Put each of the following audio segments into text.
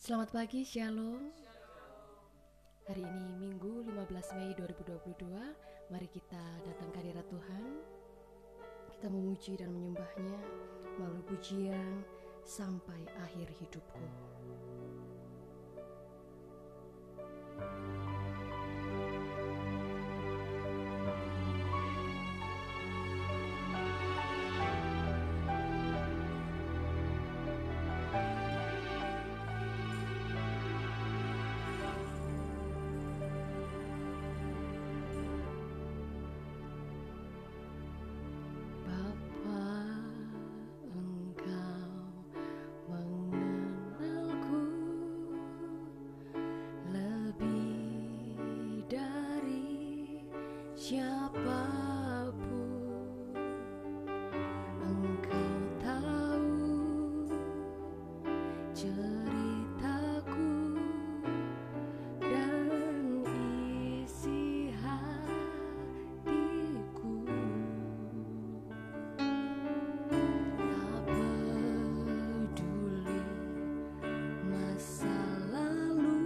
Selamat pagi, Shalom. Hari ini Minggu 15 Mei 2022. Mari kita datang ke hadirat Tuhan. Kita memuji dan menyembahnya melalui pujian sampai akhir hidupku. Siapapun Engkau tahu ceritaku dan isi hatiku. Tak peduli masa lalu,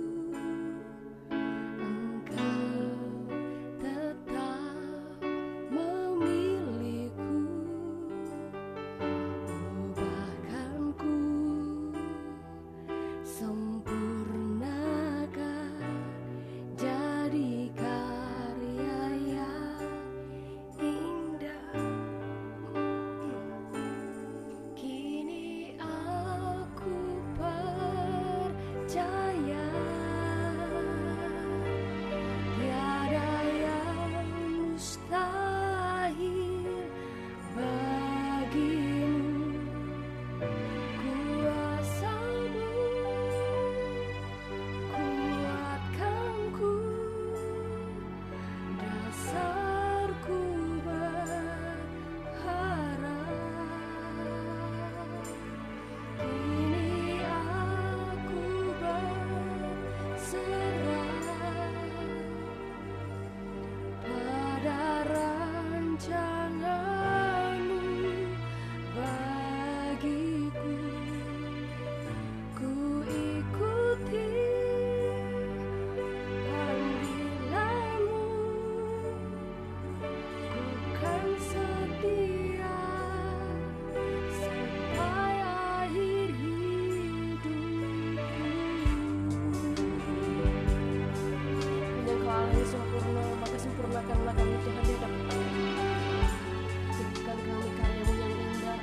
sempurna, maka sempurnakanlah kami Tuhan di hadapan. Berikan kami karya-Mu yang indah.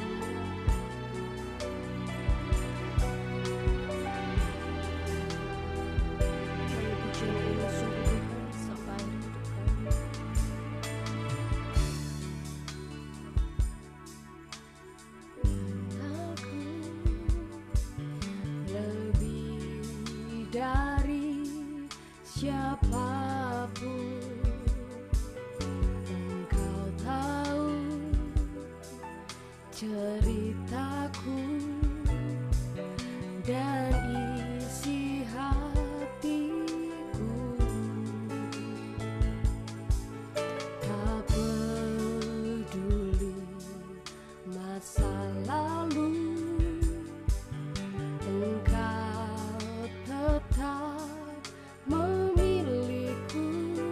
Kami pujian ini sungguh Tuhan sampai hidup kami. Aku lebih dari siapapun, Engkau tahu ceritaku dan isi hatiku. Tak peduli masa lalu, Engkau tetap memiliku.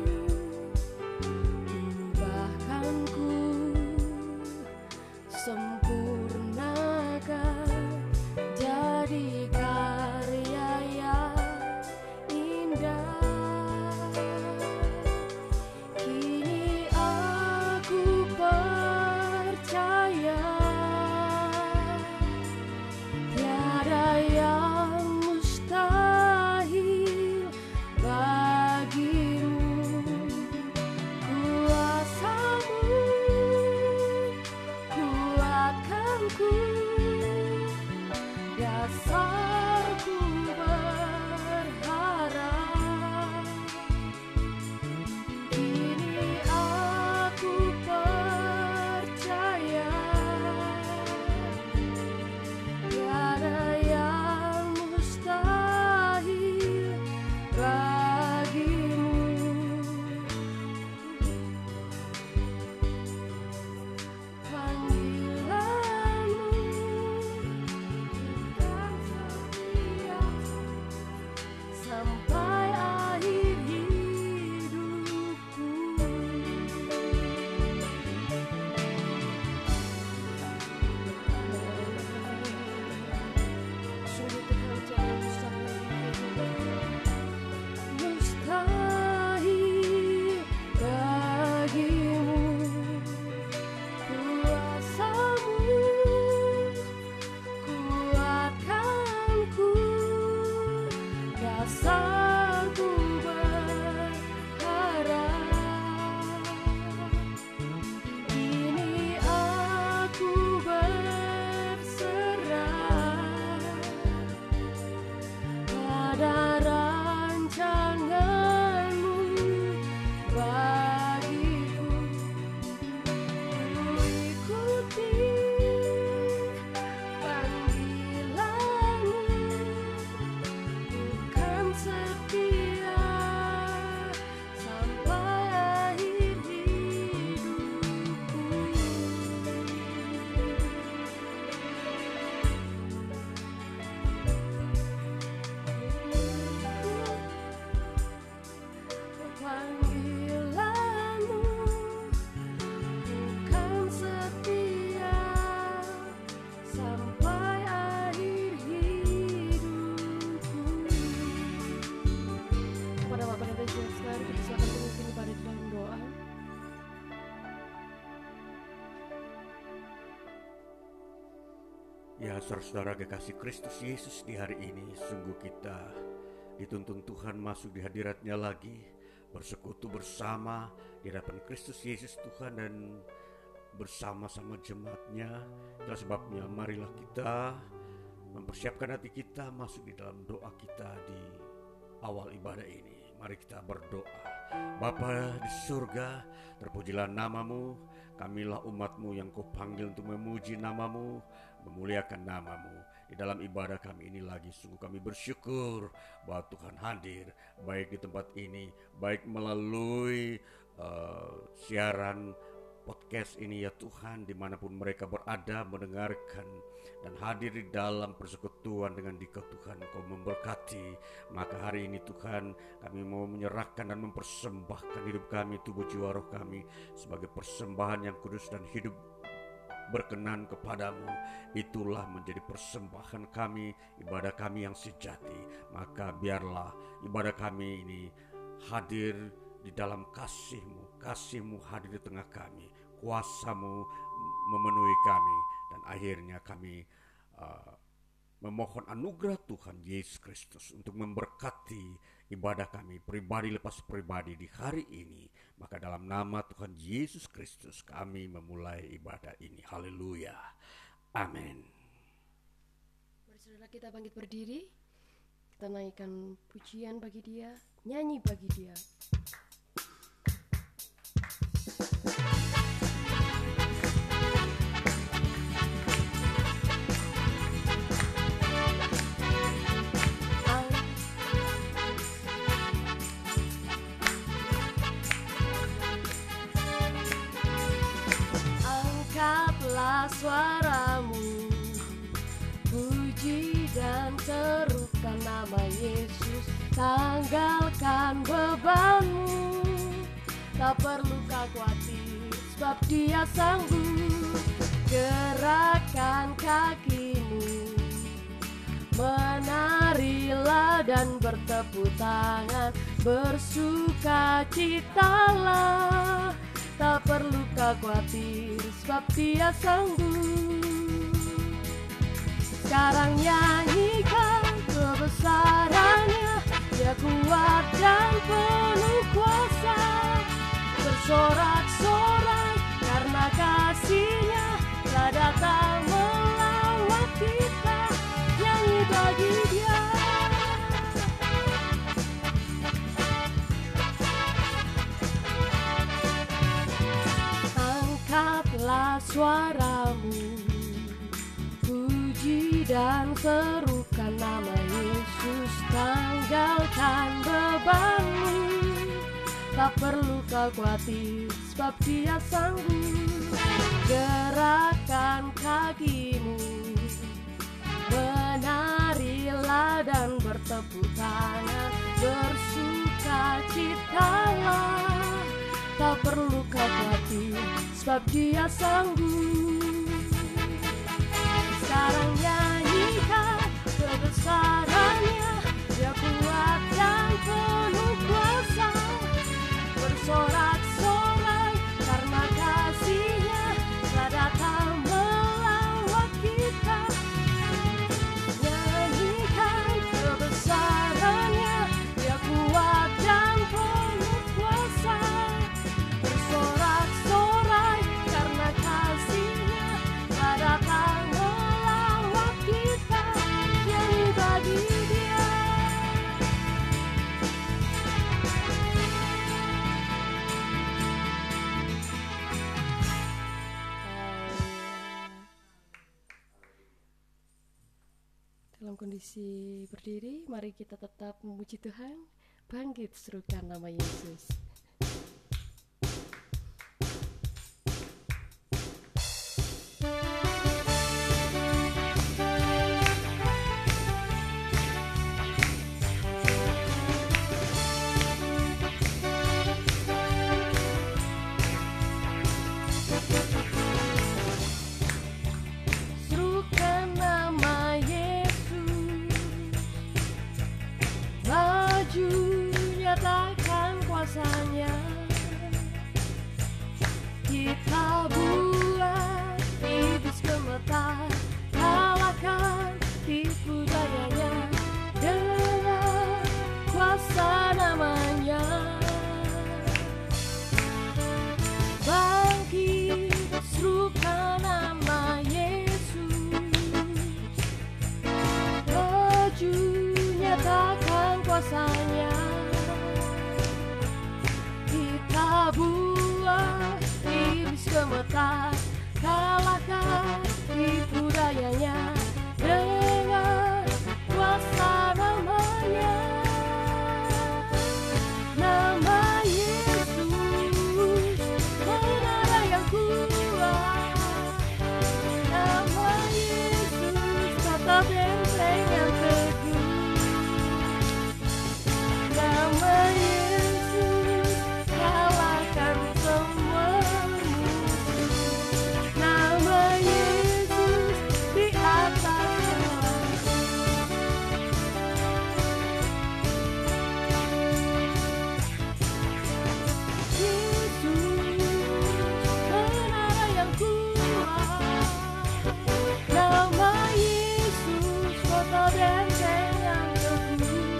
Bahkan ku sempurnakan jadi karya yang indah. Kini aku percaya tiada yang mustahil bagimu. Kuasa-Mu kuatkanku, dasarku berharap. Kini aku percaya tiada yang mustahil bagimu. Panggilan-Mu bukan Saudara-saudara kekasih Kristus Yesus, di hari ini sungguh kita dituntun Tuhan masuk di hadirat-Nya lagi, bersekutu bersama di hadapan Kristus Yesus Tuhan dan bersama-sama jemaat-Nya. Itulah sebabnya marilah kita mempersiapkan hati kita masuk di dalam doa kita di awal ibadah ini. Mari kita berdoa. Bapa di surga, terpujilah nama-Mu. Kamilah umat-Mu yang Kau panggil untuk memuji nama-Mu, memuliakan nama-Mu. Di dalam ibadah kami ini lagi, sungguh kami bersyukur bahwa Tuhan hadir, baik di tempat ini, baik melalui siaran podcast ini ya Tuhan, dimanapun mereka berada mendengarkan dan hadir di dalam persekutuan dengan Dikau Tuhan. Kau memberkati. Maka hari ini Tuhan, kami mau menyerahkan dan mempersembahkan hidup kami, tubuh jiwa roh kami sebagai persembahan yang kudus dan hidup berkenan kepadamu. Itulah menjadi persembahan kami, ibadah kami yang sejati. Maka biarlah ibadah kami ini hadir di dalam kasih-Mu. Kasih-Mu hadir di tengah kami, kuasa-Mu memenuhi kami, dan akhirnya kami memohon anugerah Tuhan Yesus Kristus untuk memberkati ibadah kami pribadi lepas pribadi di hari ini. Maka dalam nama Tuhan Yesus Kristus kami memulai ibadah ini. Haleluya. Amin. Mari saudara kita bangkit berdiri. Kita naikkan pujian bagi Dia, nyanyi bagi Dia. Suaramu, puji dan serukan nama Yesus. Tanggalkan bebanmu, tak perlu kau khawatir, sebab Dia sanggup. Gerakan kakimu, menarilah dan bertepuk tangan, bersukacitalah. Tak perlu kau khawatir, sebab Dia sanggup. Sekarang nyanyikan kebesaran-Nya, Dia kuat dan penuh kuasa. Bersorak-sorai karena kasih-Nya telah datang melawat kita. Nyanyi bagi Dia. Angkatlah suaramu, puji dan serukan nama Yesus. Tanggalkan bebanmu, tak perlu kau khawatir, sebab Dia sanggup. Gerakan kakimu, menarilah dan bertepuk tangan, bersukacitalah. Tak perlu kau khawatir, sebab Dia sanggup. Sekarang nyanyikan kebesaran-Nya, Dia kuat dan penuh kuasa. Bersorak-sorai karena kasih-Nya telah datang melawat kita. Nyanyikan kebesaran-Nya, Dia kuat dan penuh kuasa. Bersorak-sorai karena kasih-Nya telah datang melawat kita. Nyanyi bagi Dia. Dalam kondisi berdiri, mari kita tetap memuji Tuhan. Bangkit serukan nama Yesus. Serukan nama Yesus, maju nyatakan kuasa kuasanya. Kita buat iblis gemetar, kalahkan tipu dayanya dengan kuasa namanya. Nama Yesus, menara yang kuat. Nama Yesus, kata benteng yang teguh. Nama Yesus, kalahkan semua musuh. Nama Yesus di atas semua. Yesus, menara yang kuat. Nama Yesus, kota benteng yang teguh.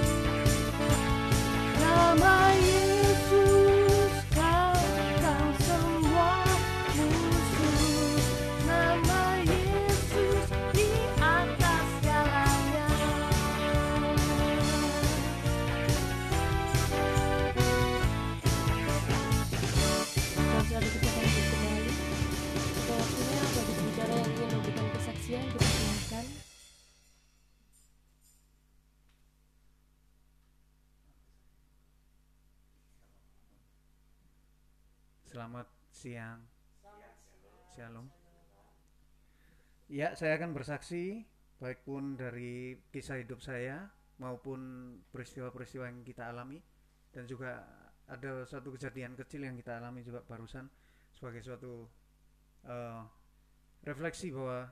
Nama Yesus, kalahkan semua musuh. Nama Yesus di atas segalanya. Saudara kita lanjut kembali. Waktunya bagi bicara yang ingin memberikan kesaksian kita silakan. Selamat siang. Shalom. Ya, saya akan bersaksi baik pun dari kisah hidup saya maupun peristiwa-peristiwa yang kita alami, dan juga ada satu kejadian kecil yang kita alami juga barusan sebagai suatu refleksi bahwa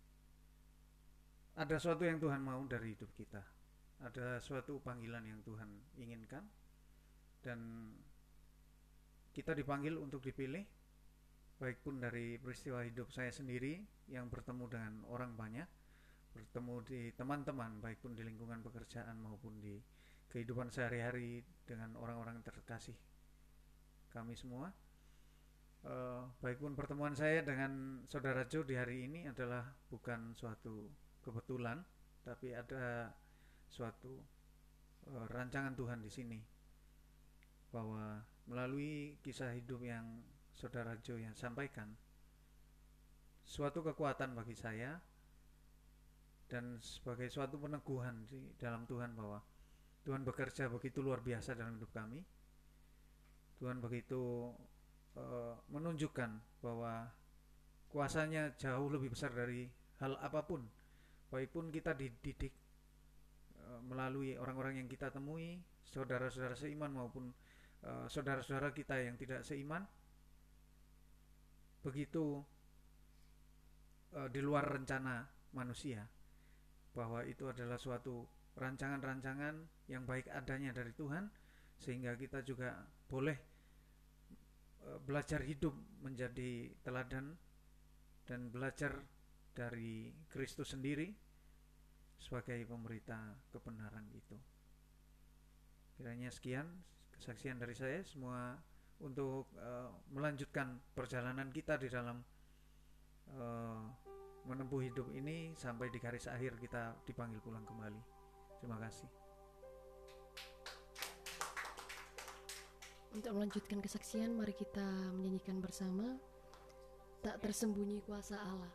ada suatu yang Tuhan mau dari hidup kita. Ada suatu panggilan yang Tuhan inginkan, dan kita dipanggil untuk dipilih, baik pun dari peristiwa hidup saya sendiri yang bertemu dengan orang banyak, bertemu di teman-teman, baik pun di lingkungan pekerjaan maupun di kehidupan sehari-hari dengan orang-orang terkasih kami semua. Baik pun pertemuan saya dengan Saudara Jo di hari ini adalah bukan suatu kebetulan, tapi ada suatu rancangan Tuhan di sini, bahwa melalui kisah hidup yang Saudara Jo yang sampaikan, suatu kekuatan bagi saya dan sebagai suatu peneguhan di dalam Tuhan bahwa Tuhan bekerja begitu luar biasa dalam hidup kami. Tuhan begitu menunjukkan bahwa kuasanya jauh lebih besar dari hal apapun, baik pun kita dididik melalui orang-orang yang kita temui, saudara-saudara seiman maupun saudara-saudara kita yang tidak seiman, begitu di luar rencana manusia, bahwa itu adalah suatu rancangan-rancangan yang baik adanya dari Tuhan, sehingga kita juga boleh belajar hidup menjadi teladan dan belajar dari Kristus sendiri sebagai pemberita kebenaran itu. Kiranya sekian kesaksian dari saya semua untuk melanjutkan perjalanan kita di dalam menempuh hidup ini sampai di garis akhir kita dipanggil pulang kembali. Terima kasih. Untuk melanjutkan kesaksian, mari kita menyanyikan bersama Tak Tersembunyi Kuasa Allah.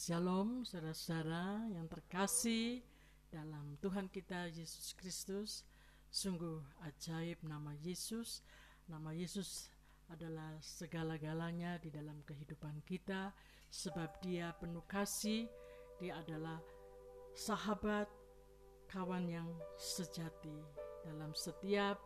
Shalom saudara-saudara yang terkasih dalam Tuhan kita Yesus Kristus. Sungguh ajaib nama Yesus. Nama Yesus adalah segala-galanya di dalam kehidupan kita, sebab Dia penuh kasih. Dia adalah sahabat, kawan yang sejati dalam setiap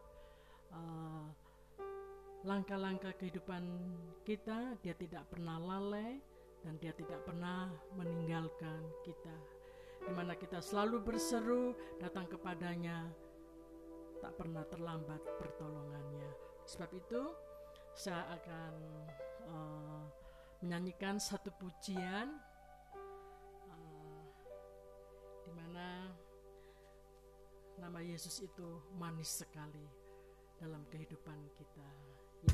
langkah-langkah kehidupan kita. Dia tidak pernah lalai dan Dia tidak pernah meninggalkan kita, di mana kita selalu berseru datang kepadanya, tak pernah terlambat pertolongannya. Sebab itu saya akan menyanyikan satu pujian di mana nama Yesus itu manis sekali dalam kehidupan kita. Ya.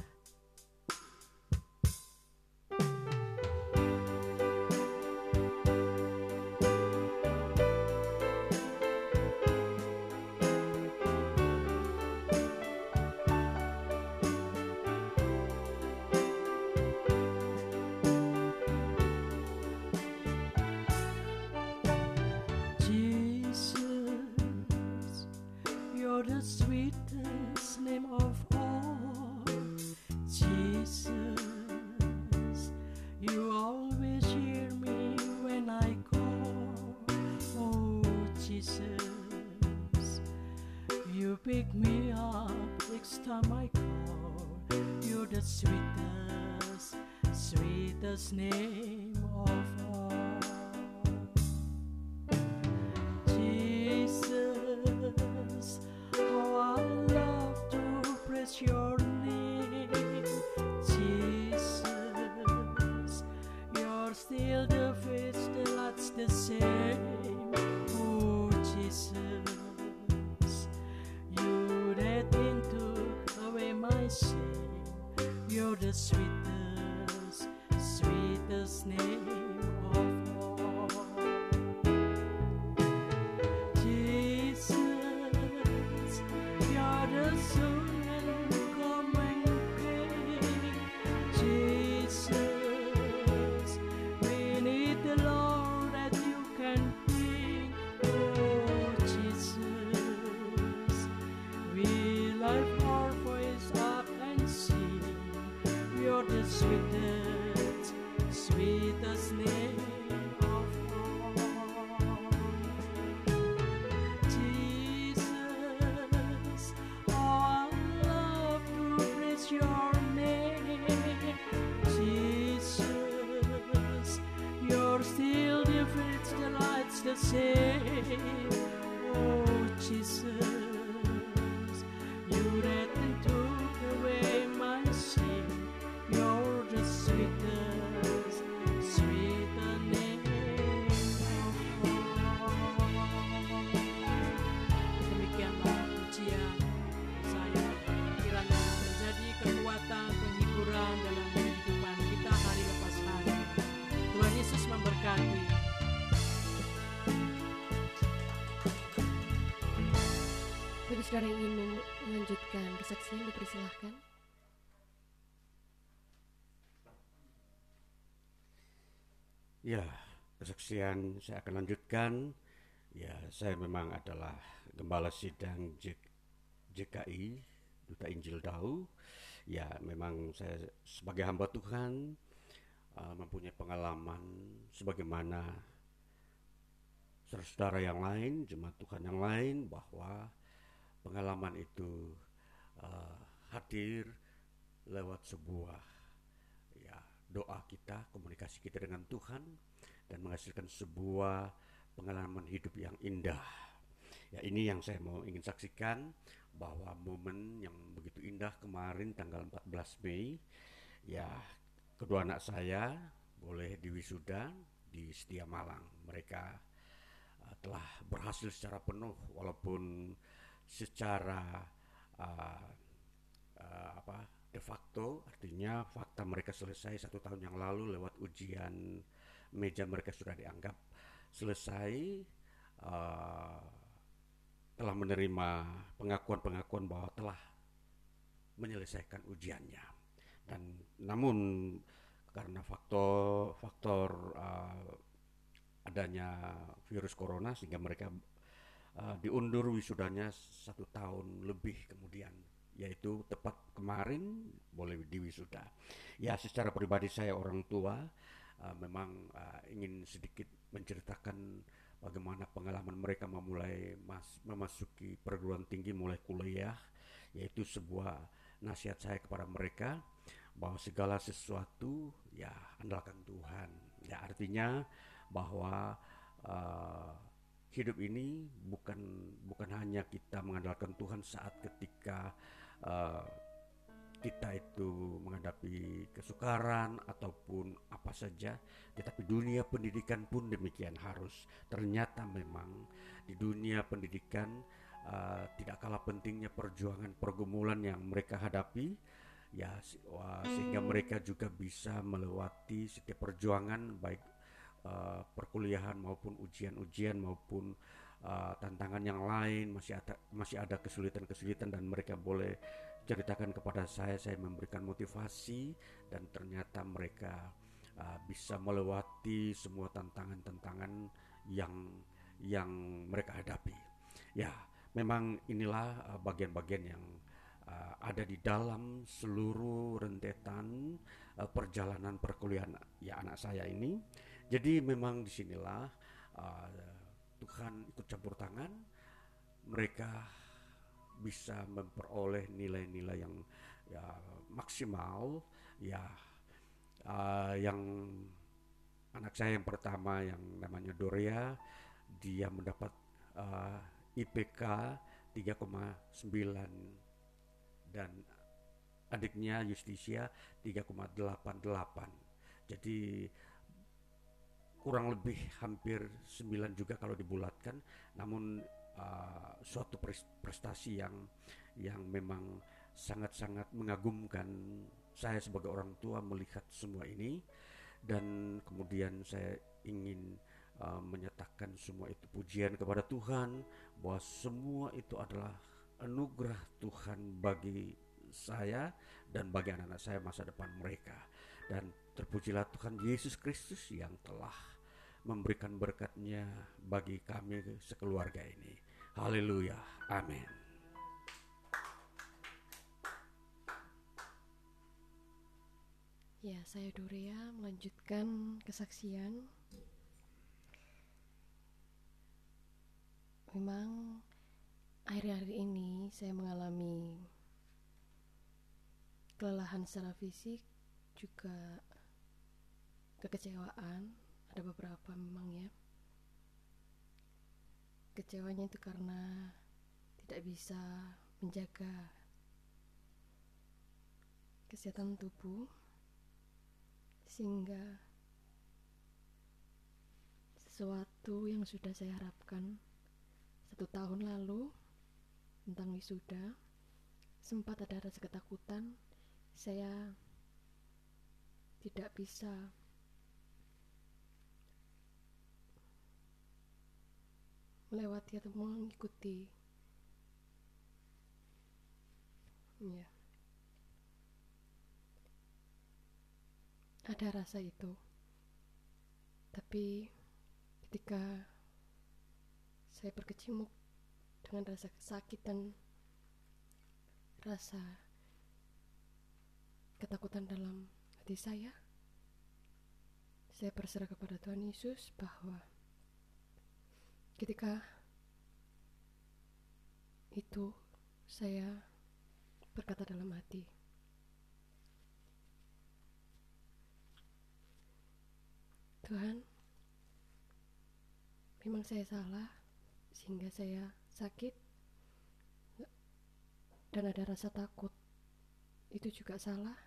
The sweetest name of all, Jesus. You always hear me when I call. Oh, Jesus, you pick me up next time I call. You're the sweetest, sweetest name of all. Jesus, how I love to praise your name. Jesus, you're still the face that's the same. Oh, Jesus, you that took away my sin. You're the sweetest, sweetest name of all. The sun and coming King, Jesus, we need the Lord that you can bring. Oh, Jesus, we lift our voice up and sing. You're the sweetest, sweetest name of all. Your name, Jesus, you're still different, the light's the same. Oh, Jesus, you that took away my sin. You're the sweetest, sweetest name of all. Demikianlah pujian saya, kiranya menjadi kekuatan, penghiburan dalam kehidupan kita hari lepas hari. Tuhan Yesus memberkati. Bagi saudara yang ingin melanjutkan kesaksian, dipersilahkan. Ya, kesaksian saya akan lanjutkan. Ya, saya memang adalah gembala sidang JKI, Duta Injil Dau. Ya, memang saya sebagai hamba Tuhan mempunyai pengalaman sebagaimana saudara-saudara yang lain, jemaat Tuhan yang lain, bahwa pengalaman itu hadir lewat sebuah doa kita, komunikasi kita dengan Tuhan, dan menghasilkan sebuah pengalaman hidup yang indah. Ya, ini yang saya ingin saksikan, bahwa momen yang begitu indah kemarin tanggal 14 Mei, ya, kedua anak saya boleh diwisuda di Setia Malang. Mereka telah berhasil secara penuh, walaupun secara de facto, artinya fakta mereka selesai 1 tahun yang lalu lewat ujian meja, mereka sudah dianggap selesai, telah menerima pengakuan-pengakuan bahwa telah menyelesaikan ujiannya. Dan namun karena faktor adanya virus corona sehingga mereka diundur wisudanya 1 tahun lebih kemudian, yaitu tepat kemarin boleh diwisuda. Ya, secara pribadi saya orang tua memang ingin sedikit menceritakan bagaimana pengalaman mereka memasuki perguruan tinggi mulai kuliah, yaitu sebuah nasihat saya kepada mereka bahwa segala sesuatu ya andalkan Tuhan. Ya, artinya bahwa hidup ini bukan hanya kita mengandalkan Tuhan saat ketika kita itu menghadapi kesukaran ataupun apa saja, tetapi dunia pendidikan pun demikian harus. Ternyata memang di dunia pendidikan tidak kalah pentingnya perjuangan pergumulan yang mereka hadapi, ya sehingga mereka juga bisa melewati setiap perjuangan, baik perkuliahan maupun ujian-ujian maupun tantangan yang lain, masih ada kesulitan-kesulitan, dan mereka boleh ceritakan kepada saya memberikan motivasi, dan ternyata mereka bisa melewati semua tantangan-tantangan yang mereka hadapi. Ya, memang inilah bagian-bagian yang ada di dalam seluruh rentetan perjalanan perkuliahan ya anak saya ini. Jadi memang disinilah Tuhan ikut campur tangan, mereka bisa memperoleh nilai-nilai yang ya maksimal. Ya, yang anak saya yang pertama yang namanya Doria, dia mendapat IPK 3,9, dan adiknya Justisia 3,88. Jadi kurang lebih hampir 9 juga kalau dibulatkan. Namun suatu prestasi yang memang sangat-sangat mengagumkan saya sebagai orang tua melihat semua ini. Dan kemudian saya ingin menyatakan semua itu pujian kepada Tuhan, bahwa semua itu adalah anugerah Tuhan bagi saya dan bagi anak-anak saya masa depan mereka. Dan terpujilah Tuhan Yesus Kristus yang telah memberikan berkat-Nya bagi kami sekeluarga ini. Haleluya, amin. Ya, saya Dorea melanjutkan kesaksian. Memang akhir-akhir ini saya mengalami kelelahan secara fisik, juga kekecewaan. Ada beberapa memang ya. Kecewanya itu karena tidak bisa menjaga kesehatan tubuh, sehingga sesuatu yang sudah saya harapkan 1 tahun lalu tentang wisuda, sempat ada rasa ketakutan saya tidak bisa melewati atau mengikuti. Ya, ada rasa itu. Tapi ketika saya berkecimuk dengan rasa sakit dan rasa ketakutan dalam hati saya berserah kepada Tuhan Yesus, bahwa ketika itu saya berkata dalam hati, Tuhan, memang saya salah sehingga saya sakit dan ada rasa takut. Itu juga salah,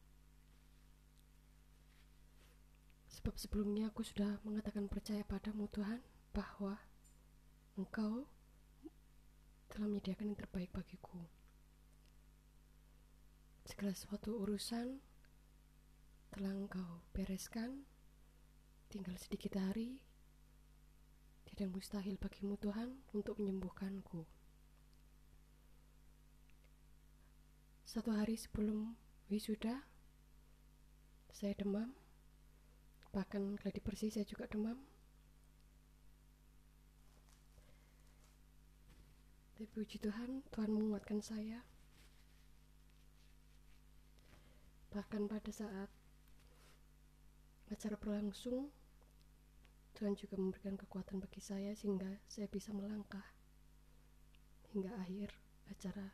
sebab sebelumnya aku sudah mengatakan percaya padamu Tuhan, bahwa Engkau telah menyediakan yang terbaik bagiku. Segala suatu urusan telah Engkau bereskan. Tinggal sedikit hari. Tidak mustahil bagimu Tuhan untuk menyembuhkanku. Satu hari sebelum wisuda, saya demam. Bahkan gladi bersih saya juga demam. Tapi puji Tuhan, Tuhan menguatkan saya. Bahkan pada saat acara berlangsung, Tuhan juga memberikan kekuatan bagi saya sehingga saya bisa melangkah hingga akhir acara.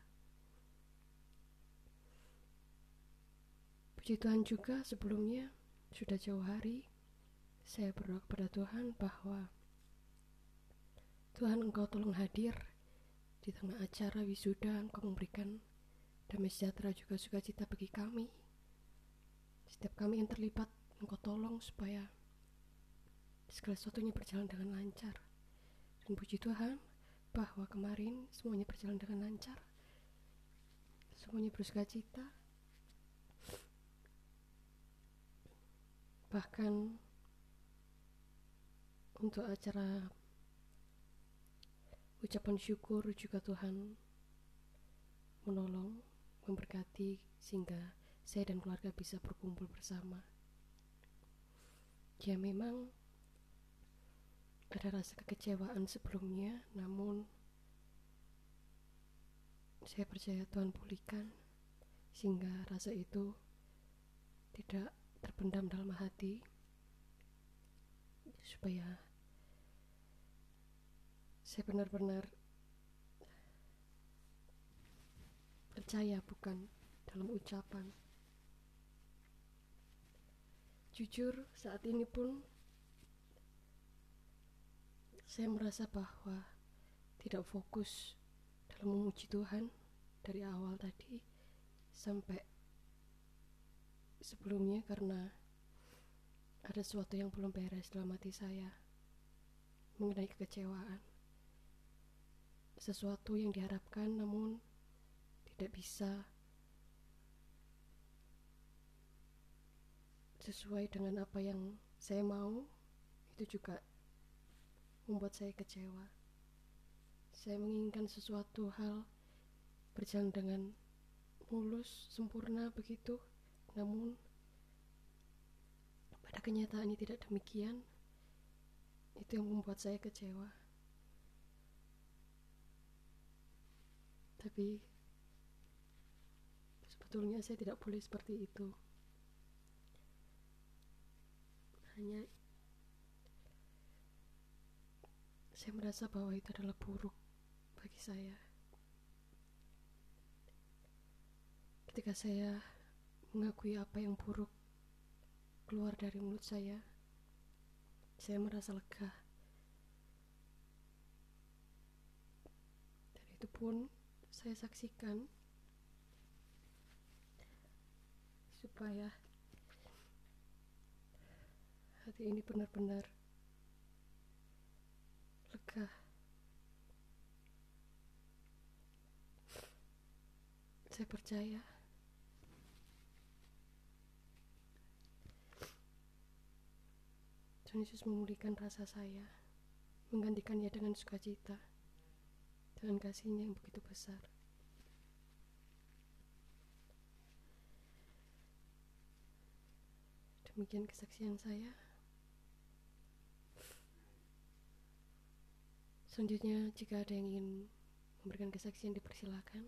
Puji Tuhan juga, sebelumnya sudah jauh hari saya berdoa kepada Tuhan bahwa Tuhan, Engkau tolong hadir di tengah acara wisuda. Engkau memberikan damai sejahtera juga sukacita bagi kami. Setiap kami yang terlibat, Engkau tolong supaya segala sesuatunya berjalan dengan lancar. Dan puji Tuhan bahwa kemarin semuanya berjalan dengan lancar, semuanya bersukacita. Bahkan untuk acara ucapan syukur juga Tuhan menolong, memberkati sehingga saya dan keluarga bisa berkumpul bersama. Ya, memang ada rasa kekecewaan sebelumnya, namun saya percaya Tuhan pulihkan sehingga rasa itu tidak terpendam dalam hati, supaya saya benar-benar percaya bukan dalam ucapan. Jujur, saat ini pun saya merasa bahwa tidak fokus dalam memuji Tuhan dari awal tadi sampai sebelumnya, karena ada sesuatu yang belum beres dalam hati saya mengenai kekecewaan. Sesuatu yang diharapkan namun tidak bisa sesuai dengan apa yang saya mau, itu juga membuat saya kecewa. Saya menginginkan sesuatu hal berjalan dengan mulus, sempurna begitu, namun pada kenyataannya tidak demikian. Itu yang membuat saya kecewa. Tapi sebetulnya saya tidak boleh seperti itu. Hanya saya merasa bahwa itu adalah buruk bagi saya. Ketika saya mengakui apa yang buruk keluar dari mulut saya merasa lega. Dan itu pun saya saksikan supaya hati ini benar-benar lega. Saya percaya Tuhan Yesus memulihkan rasa saya, menggantikannya dengan sukacita, dengan kasih-Nya yang begitu besar. Demikian kesaksian saya. Selanjutnya, jika ada yang ingin memberikan kesaksian, dipersilakan.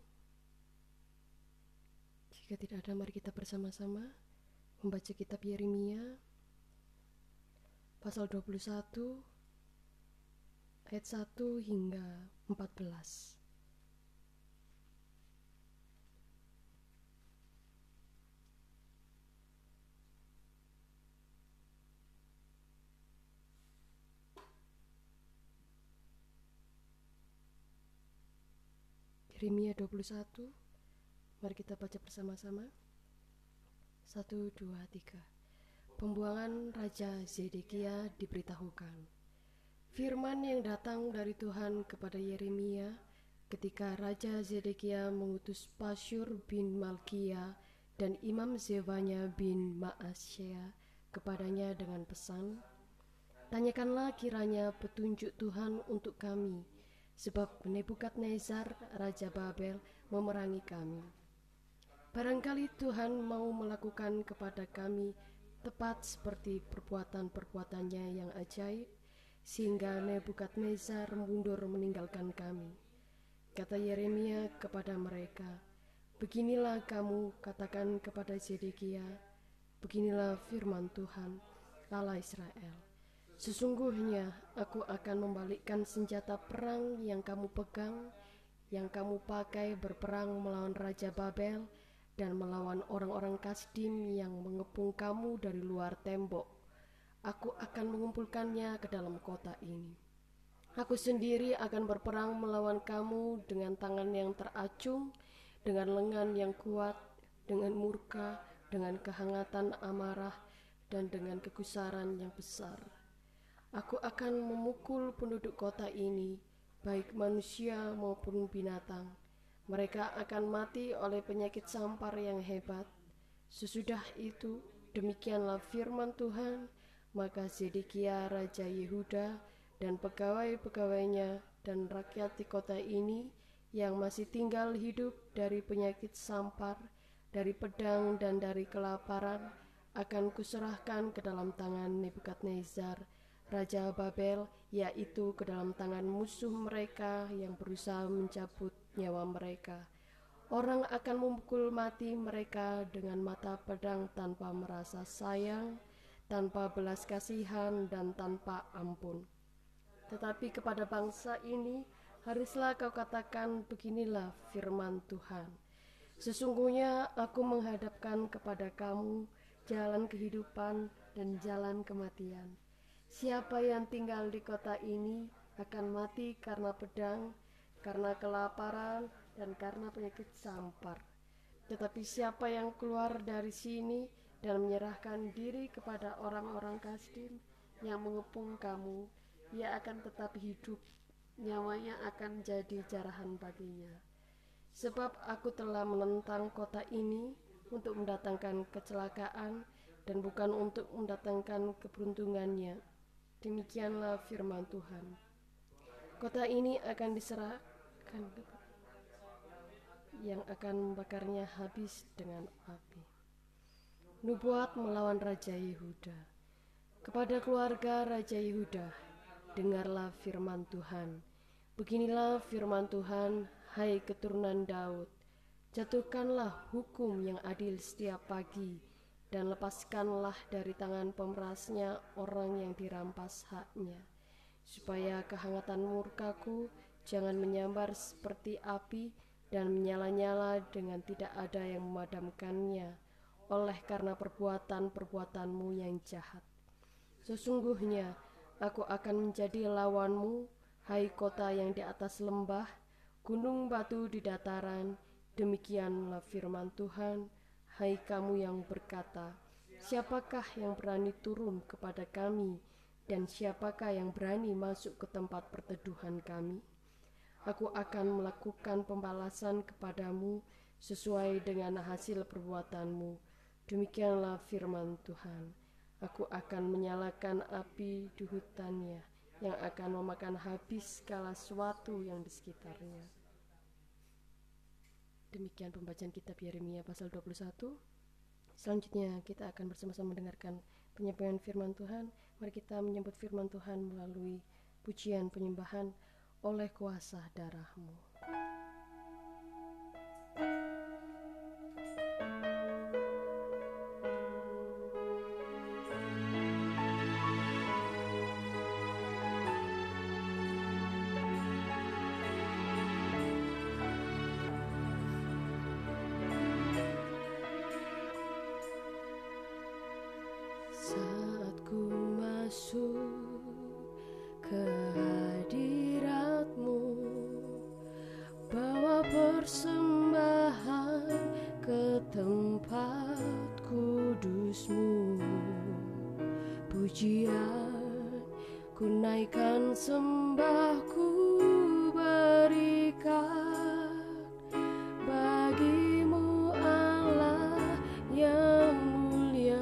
Jika tidak ada, mari kita bersama-sama membaca kitab Yeremia pasal 21 ayat 1 hingga 14. Yeremia 21, mari kita baca bersama-sama. 1, 2, 3. Pembuangan Raja Zedekia diberitahukan. Firman yang datang dari Tuhan kepada Yeremia ketika Raja Zedekia mengutus Pasyur bin Malkia dan Imam Zefanya bin Maasyia kepadanya dengan pesan, tanyakanlah kiranya petunjuk Tuhan untuk kami, sebab Nebukadnezar Raja Babel memerangi kami. Barangkali Tuhan mau melakukan kepada kami tepat seperti perbuatan-perbuatannya yang ajaib, sehingga Nebukadnezar mundur meninggalkan kami. Kata Yeremia kepada mereka, beginilah kamu katakan kepada Zedekia, beginilah firman Tuhan, Allah Israel. Sesungguhnya aku akan membalikkan senjata perang yang kamu pegang, yang kamu pakai berperang melawan Raja Babel dan melawan orang-orang Kasdim yang mengepung kamu dari luar tembok. Aku akan mengumpulkannya ke dalam kota ini. Aku sendiri akan berperang melawan kamu dengan tangan yang teracung, dengan lengan yang kuat, dengan murka, dengan kehangatan amarah, dan dengan kegusaran yang besar. Aku akan memukul penduduk kota ini, baik manusia maupun binatang. Mereka akan mati oleh penyakit sampar yang hebat. Sesudah itu, demikianlah firman Tuhan, maka Zedekia Raja Yehuda dan pegawai-pegawainya dan rakyat di kota ini yang masih tinggal hidup dari penyakit sampar, dari pedang dan dari kelaparan, akan kuserahkan ke dalam tangan Nebukadnezar, Raja Babel, yaitu ke dalam tangan musuh mereka yang berusaha mencabut nyawa mereka. Orang akan memukul mati mereka dengan mata pedang tanpa merasa sayang, tanpa belas kasihan, dan tanpa ampun. Tetapi kepada bangsa ini haruslah kau katakan, beginilah firman Tuhan. Sesungguhnya aku menghadapkan kepada kamu jalan kehidupan dan jalan kematian. Siapa yang tinggal di kota ini akan mati karena pedang, karena kelaparan, dan karena penyakit sampar. Tetapi siapa yang keluar dari sini dan menyerahkan diri kepada orang-orang Kasdim yang mengepung kamu, ia akan tetap hidup, nyawanya akan jadi jarahan baginya. Sebab aku telah menentang kota ini untuk mendatangkan kecelakaan dan bukan untuk mendatangkan keberuntungannya. Demikianlah firman Tuhan. Kota ini akan diserahkan yang akan membakarnya habis dengan api. Nubuat melawan Raja Yehuda. Kepada keluarga Raja Yehuda, dengarlah firman Tuhan. Beginilah firman Tuhan, hai keturunan Daud. Jatuhkanlah hukum yang adil setiap pagi, dan lepaskanlah dari tangan pemerasnya orang yang dirampas haknya, supaya kehangatan murkaku jangan menyambar seperti api dan menyala-nyala dengan tidak ada yang memadamkannya, oleh karena perbuatan-perbuatanmu yang jahat. Sesungguhnya aku akan menjadi lawanmu, hai kota yang di atas lembah, gunung batu di dataran. Demikianlah firman Tuhan, hai kamu yang berkata, siapakah yang berani turun kepada kami, dan siapakah yang berani masuk ke tempat perteduhan kami? Aku akan melakukan pembalasan kepadamu sesuai dengan hasil perbuatanmu. Demikianlah firman Tuhan. Aku akan menyalakan api di hutannya yang akan memakan habis segala sesuatu yang di sekitarnya. Demikian pembacaan kitab Yeremia pasal 21. Selanjutnya kita akan bersama-sama mendengarkan penyampaian firman Tuhan. Mari kita menyambut firman Tuhan melalui pujian penyembahan oleh kuasa darah-Mu. Saat ku masuk ke hadirat-Mu, bawa persembahan ke tempat kudus-Mu, pujian ku naikkan, sembahku berikan bagi-Mu Allah yang mulia.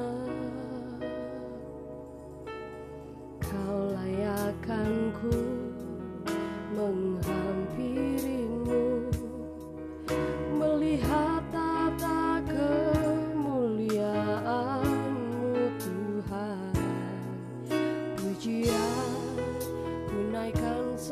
Kau layakkan ku menghampirimu, melihat tata kemuliaan-Mu Tuhan. Pujian ku naikkan,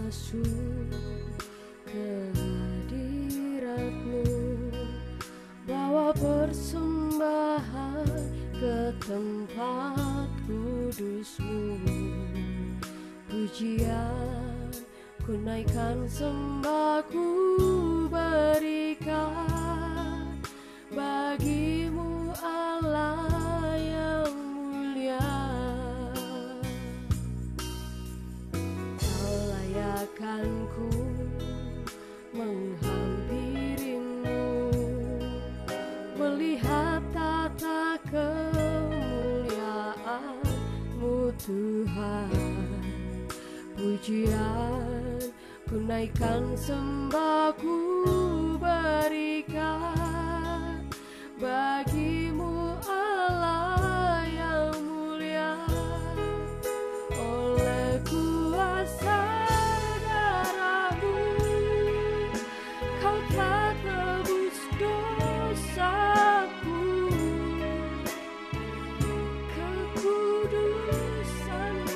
masuk ke hadirat-Mu, bawa persembahan ke tempat kudus-Mu. Pujian ku naikkan, sembah ku berikan bagi-Mu Allah yang mulia. Kau layakkan ku menghampiri-Mu, melihat tata kemuliaan-Mu Tuhan. Pujian ku naikkan, sembah ku berikan bagi-Mu Allah yang mulia. Oleh kuasa darah-Mu, Kau telah tebus dosaku. Kekudusan-Mu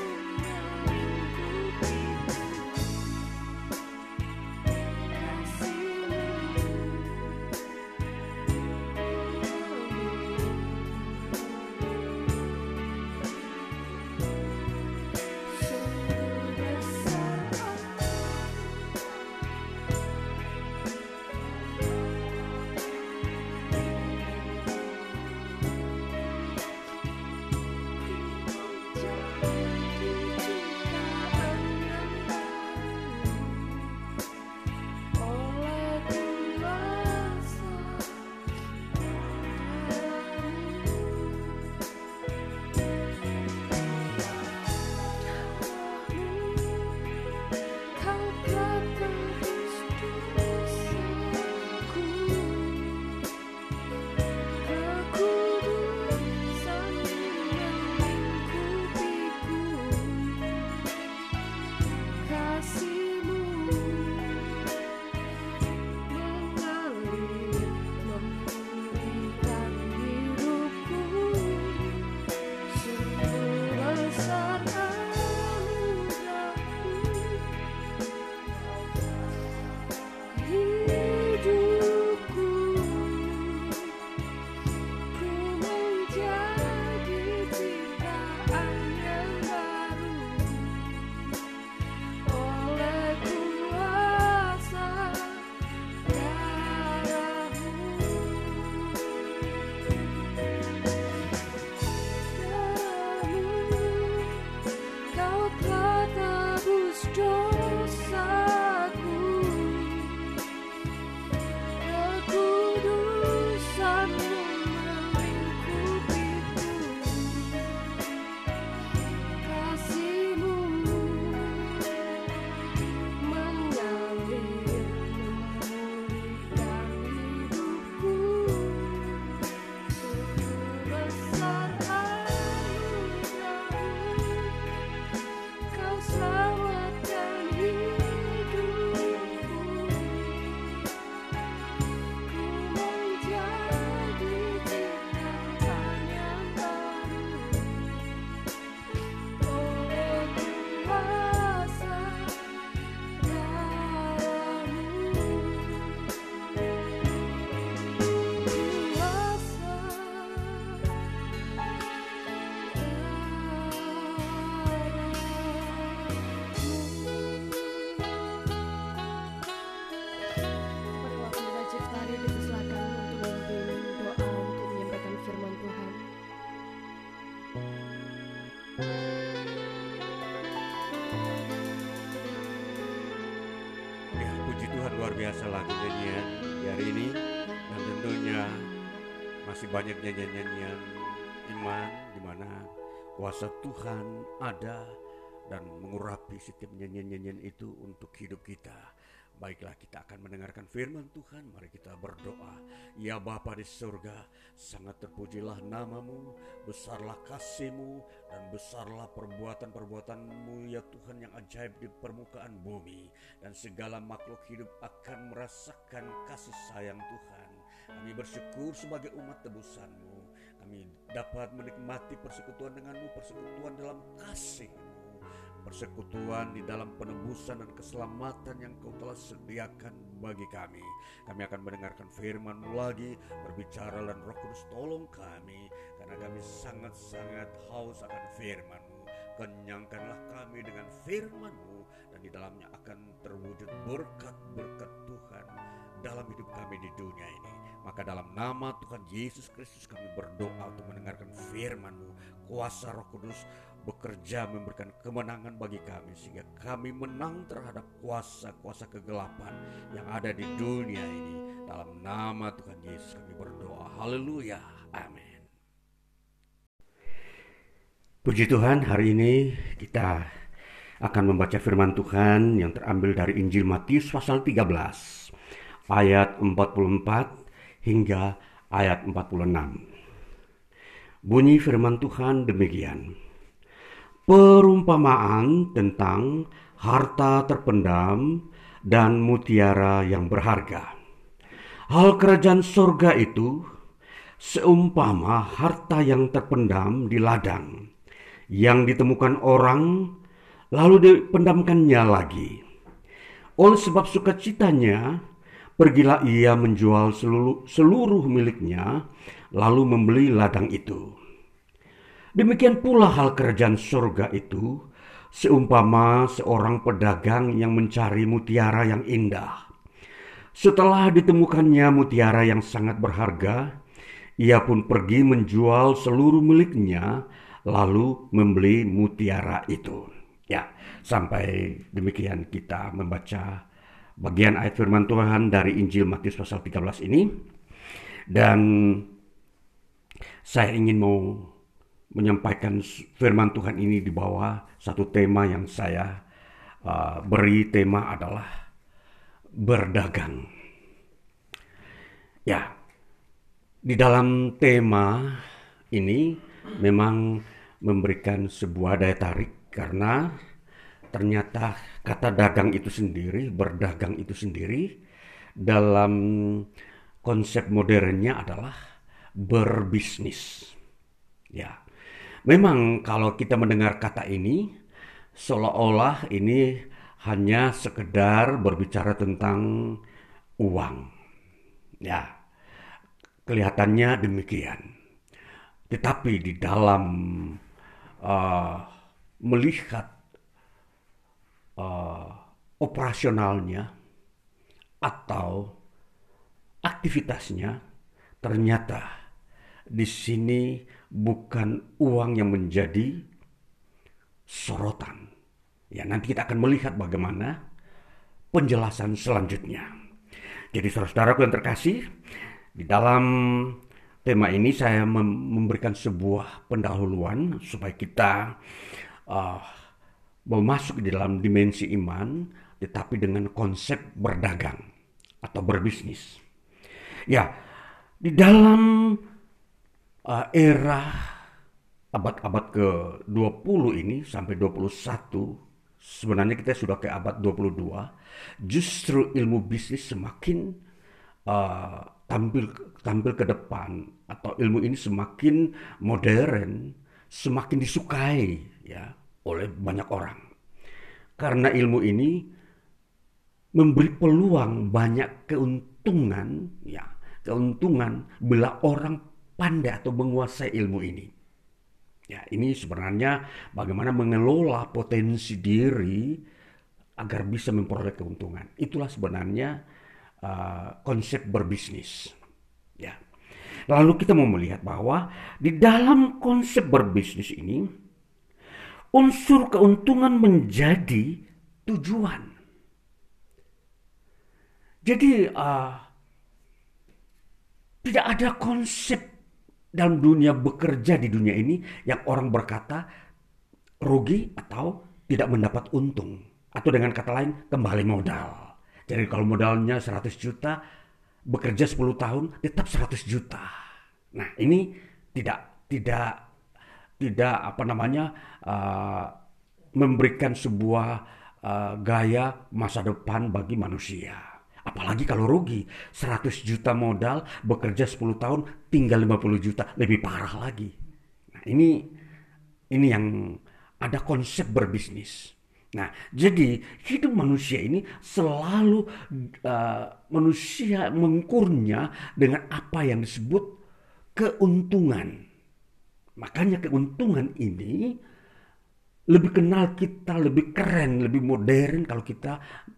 luar biasa lagu nyanyian di hari ini, dan tentunya masih banyak nyanyian-nyanyian iman di mana kuasa Tuhan ada dan mengurapi setiap nyanyian-nyanyian itu untuk hidup kita. Baiklah, kita akan mendengarkan firman Tuhan. Mari kita berdoa. Ya Bapa di surga, sangat terpujilah nama-Mu, besarlah kasih-Mu, dan besarlah perbuatan-perbuatan-Mu ya Tuhan yang ajaib di permukaan bumi. Dan segala makhluk hidup akan merasakan kasih sayang Tuhan. Kami bersyukur sebagai umat tebusan-Mu. Kami dapat menikmati persekutuan dengan-Mu, persekutuan dalam kasih-Mu. persekutuan di dalam penebusan dan keselamatan yang Kau telah sediakan bagi kami. Kami akan mendengarkan firman-Mu lagi, berbicara dan Roh Kudus tolong kami, karena kami sangat-sangat haus akan firman-Mu. Kenyangkanlah kami dengan firman-Mu, dan di dalamnya akan terwujud berkat-berkat Tuhan dalam hidup kami di dunia ini. Maka dalam nama Tuhan Yesus Kristus kami berdoa untuk mendengarkan firman-Mu. Kuasa Roh Kudus bekerja memberikan kemenangan bagi kami, sehingga kami menang terhadap kuasa-kuasa kegelapan yang ada di dunia ini. Dalam nama Tuhan Yesus kami berdoa. Haleluya. Amin. Puji Tuhan, hari ini kita akan membaca firman Tuhan yang terambil dari Injil Matius pasal 13 ayat 44 hingga ayat 46. Bunyi firman Tuhan demikian. Perumpamaan tentang harta terpendam dan mutiara yang berharga. Hal kerajaan surga itu seumpama harta yang terpendam di ladang, yang ditemukan orang lalu dipendamkannya lagi. Oleh sebab sukacitanya, pergilah ia menjual seluruh miliknya, lalu membeli ladang itu. Demikian pula hal kerajaan surga itu, seumpama seorang pedagang yang mencari mutiara yang indah. Setelah ditemukannya mutiara yang sangat berharga, ia pun pergi menjual seluruh miliknya, lalu membeli mutiara itu. Ya, sampai demikian kita membaca bagian ayat firman Tuhan dari Injil Matius pasal 13 ini. Dan saya ingin mau menyampaikan firman Tuhan ini di bawah satu tema yang saya beri. Tema adalah berdagang. Ya, di dalam tema ini memang memberikan sebuah daya tarik, karena ternyata kata dagang itu sendiri, berdagang itu sendiri, dalam konsep modernnya adalah berbisnis. Ya, memang kalau kita mendengar kata ini, seolah-olah ini hanya sekedar berbicara tentang uang. Ya, kelihatannya demikian. Tetapi di dalam melihat operasionalnya atau aktivitasnya, ternyata di sini bukan uang yang menjadi sorotan. Ya, nanti kita akan melihat bagaimana penjelasan selanjutnya. Jadi saudara-saudaraku yang terkasih, di dalam tema ini saya memberikan sebuah pendahuluan supaya kita masuk di dalam dimensi iman, tetapi dengan konsep berdagang atau berbisnis. Ya, di dalam era abad-abad ke-20 ini sampai 21, sebenarnya kita sudah ke abad 22, justru ilmu bisnis semakin tampil ke depan, atau ilmu ini semakin modern, semakin disukai ya oleh banyak orang. Karena ilmu ini memberi peluang banyak keuntungan bila orang pandai atau menguasai ilmu ini. Ya, ini sebenarnya bagaimana mengelola potensi diri agar bisa memperoleh keuntungan. Itulah sebenarnya konsep berbisnis. Ya. Lalu kita mau melihat bahwa di dalam konsep berbisnis ini, unsur keuntungan menjadi tujuan. Jadi tidak ada konsep dalam dunia bekerja di dunia ini yang orang berkata rugi atau tidak mendapat untung. Atau dengan kata lain, kembali modal. Jadi kalau modalnya 100 juta, bekerja 10 tahun, tetap 100 juta. Nah, ini tidak memberikan sebuah gaya masa depan bagi manusia. Apalagi kalau rugi, 100 juta modal, bekerja 10 tahun, tinggal 50 juta, lebih parah lagi. Nah, ini yang ada konsep berbisnis. Nah, jadi hidup manusia ini selalu manusia mengukurnya dengan apa yang disebut keuntungan. Makanya keuntungan ini lebih kenal kita, lebih keren, lebih modern kalau kita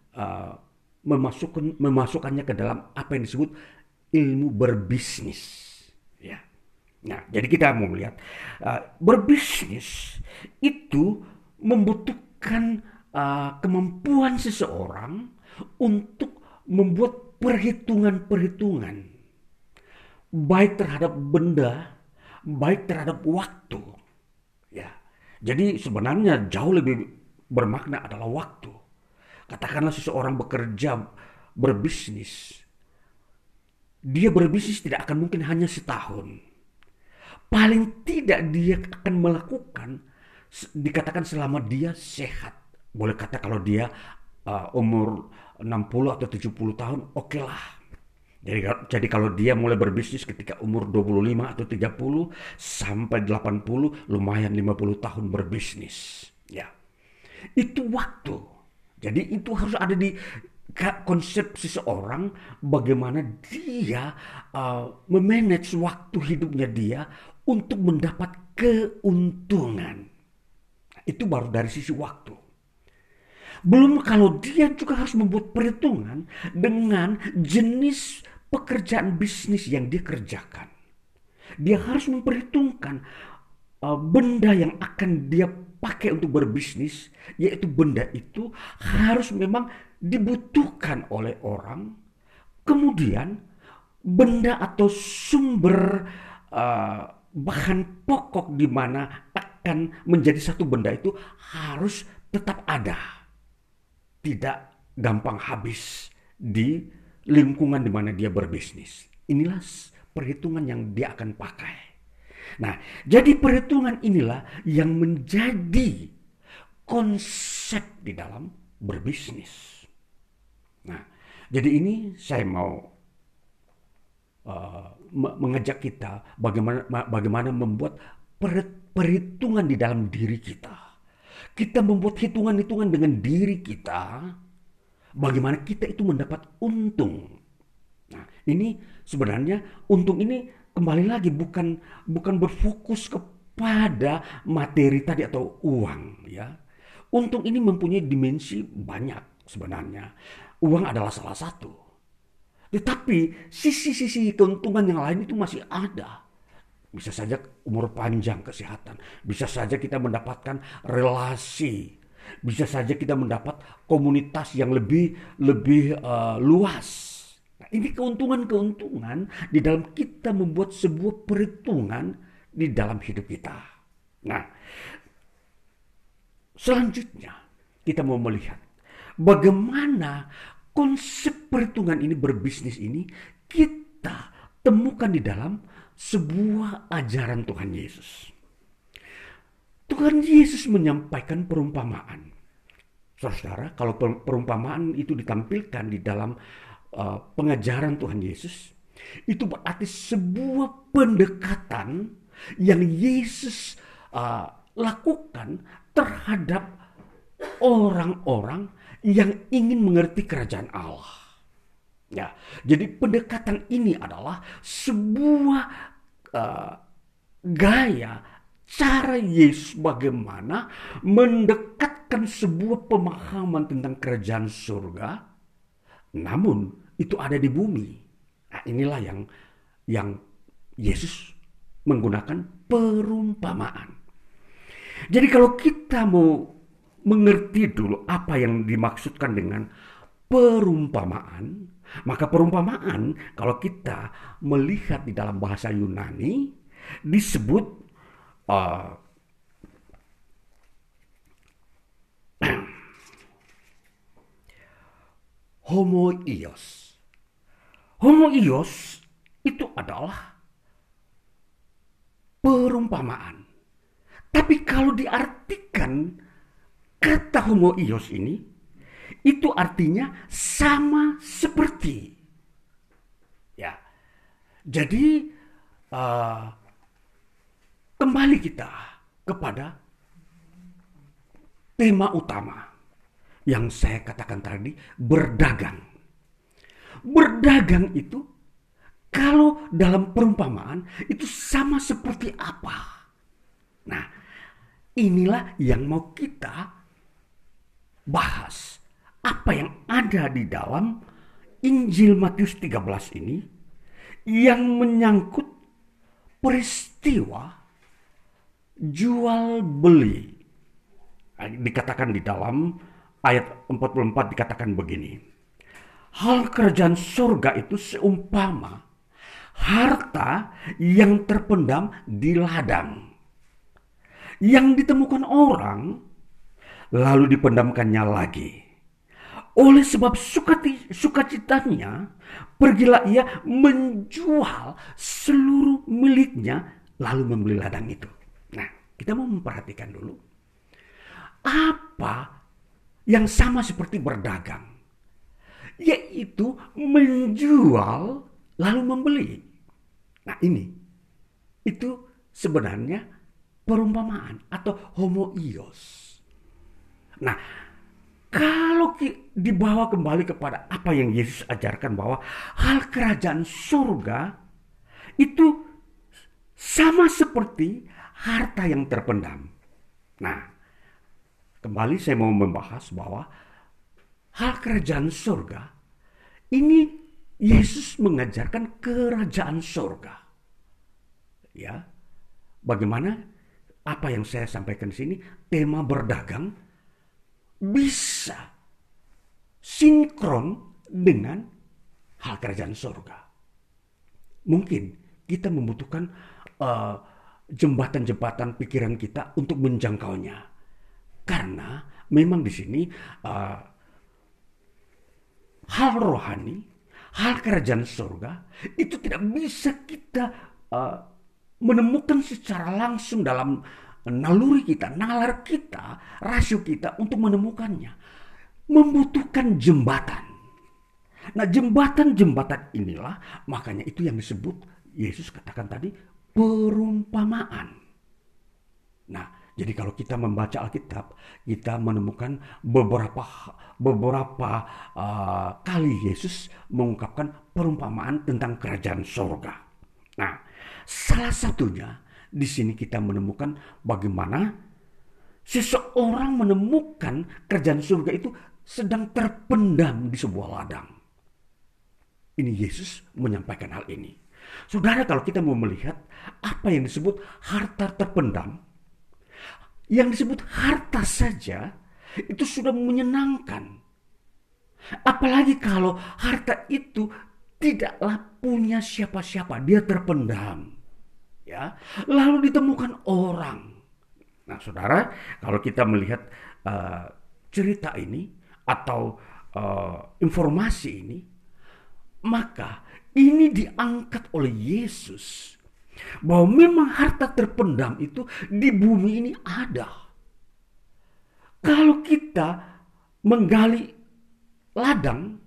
memasukkannya ke dalam apa yang disebut ilmu berbisnis. Ya. Nah, jadi kita mau melihat berbisnis itu membutuhkan kemampuan seseorang untuk membuat perhitungan-perhitungan baik terhadap benda, baik terhadap waktu. Ya. Jadi sebenarnya jauh lebih bermakna adalah waktu. Katakanlah seseorang bekerja, berbisnis. Dia berbisnis tidak akan mungkin hanya setahun. Paling tidak dia akan melakukan, dikatakan selama dia sehat. Boleh kata kalau dia umur 60 atau 70 tahun, oke lah. Jadi kalau dia mulai berbisnis ketika umur 25 atau 30 sampai 80, lumayan 50 tahun berbisnis. Ya. Itu waktu. Jadi itu harus ada di konsep seseorang bagaimana dia memanage waktu hidupnya dia untuk mendapat keuntungan. Itu baru dari sisi waktu. Belum kalau dia juga harus membuat perhitungan dengan jenis pekerjaan bisnis yang dia kerjakan. Dia harus memperhitungkan benda yang akan dia pakai untuk berbisnis, yaitu benda itu harus memang dibutuhkan oleh orang. Kemudian benda atau sumber bahan pokok di mana akan menjadi satu benda itu harus tetap ada. Tidak gampang habis di lingkungan di mana dia berbisnis. Inilah perhitungan yang dia akan pakai. Nah, jadi perhitungan inilah yang menjadi konsep di dalam berbisnis. Nah, jadi ini saya mau mengajak kita bagaimana membuat perhitungan di dalam diri kita. Kita membuat hitungan-hitungan dengan diri kita, bagaimana kita itu mendapat untung. Nah, ini sebenarnya untung ini kembali lagi bukan berfokus kepada materi tadi atau uang, ya. Untung ini mempunyai dimensi banyak sebenarnya. Uang adalah salah satu. Tetapi sisi-sisi keuntungan yang lain itu masih ada. Bisa saja umur panjang, kesehatan. Bisa saja kita mendapatkan relasi. Bisa saja kita mendapat komunitas yang lebih luas. Nah, ini keuntungan-keuntungan di dalam kita membuat sebuah perhitungan di dalam hidup kita. Nah, selanjutnya kita mau melihat bagaimana konsep perhitungan ini berbisnis ini kita temukan di dalam sebuah ajaran Tuhan Yesus. Tuhan Yesus menyampaikan perumpamaan. Saudara, kalau perumpamaan itu ditampilkan di dalam pengajaran Tuhan Yesus, itu berarti sebuah pendekatan yang Yesus lakukan terhadap orang-orang yang ingin mengerti kerajaan Allah. Ya, jadi pendekatan ini adalah sebuah gaya cara Yesus bagaimana mendekatkan sebuah pemahaman tentang kerajaan surga, namun itu ada di bumi. Nah, inilah yang Yesus menggunakan perumpamaan. Jadi kalau kita mau mengerti dulu apa yang dimaksudkan dengan perumpamaan, maka perumpamaan kalau kita melihat di dalam bahasa Yunani disebut homoios. Homoios itu adalah perumpamaan. Tapi kalau diartikan kata homoios ini, itu artinya sama seperti. Ya, jadi kembali kita kepada tema utama yang saya katakan tadi, berdagang. Berdagang itu kalau dalam perumpamaan itu sama seperti apa? Nah, inilah yang mau kita bahas. Apa yang ada di dalam Injil Matius 13 ini yang menyangkut peristiwa jual beli. Dikatakan di dalam ayat 44 dikatakan begini. Hal kerajaan surga itu seumpama harta yang terpendam di ladang, yang ditemukan orang lalu dipendamkannya lagi. Oleh sebab sukacitanya, pergilah ia menjual seluruh miliknya lalu membeli ladang itu. Nah, kita mau memperhatikan dulu apa yang sama seperti berdagang, yaitu menjual lalu membeli. Nah, itu sebenarnya perumpamaan atau homoios. Nah, kalau dibawa kembali kepada apa yang Yesus ajarkan, bahwa hal kerajaan surga itu sama seperti harta yang terpendam. Nah, kembali saya mau membahas bahwa hal kerajaan surga ini Yesus mengajarkan kerajaan surga. Ya, bagaimana apa yang saya sampaikan di sini, tema berdagang bisa sinkron dengan hal kerajaan surga. Mungkin kita membutuhkan jembatan-jembatan pikiran kita untuk menjangkaunya, karena memang di sini hal rohani, hal kerajaan surga itu tidak bisa kita menemukan secara langsung dalam naluri kita, nalar kita, rasio kita untuk menemukannya. Membutuhkan jembatan. Nah, jembatan-jembatan inilah, makanya itu yang disebut, Yesus katakan tadi, perumpamaan. Nah, jadi kalau kita membaca Alkitab, kita menemukan beberapa kali Yesus mengungkapkan perumpamaan tentang kerajaan surga. Nah, salah satunya di sini kita menemukan bagaimana seseorang menemukan kerajaan surga itu sedang terpendam di sebuah ladang. Ini Yesus menyampaikan hal ini. Saudara, kalau kita mau melihat apa yang disebut harta terpendam, yang disebut harta saja itu sudah menyenangkan. Apalagi kalau harta itu tidaklah punya siapa-siapa, dia terpendam. Ya, lalu ditemukan orang. Nah, saudara, kalau kita melihat cerita ini atau informasi ini, maka ini diangkat oleh Yesus bahwa memang harta terpendam itu di bumi ini ada. Kalau kita menggali ladang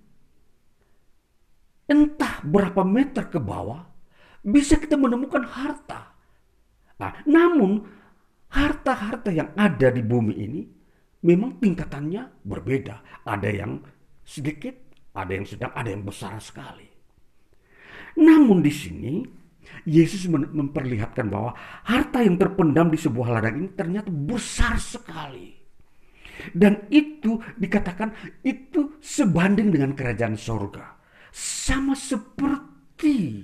entah berapa meter ke bawah, bisa kita menemukan harta. Nah, namun harta-harta yang ada di bumi ini memang tingkatannya berbeda. Ada yang sedikit, ada yang sedang, ada yang besar sekali. Namun di sini Yesus memperlihatkan bahwa harta yang terpendam di sebuah ladang ini ternyata besar sekali. Dan itu dikatakan itu sebanding dengan kerajaan surga. Sama seperti,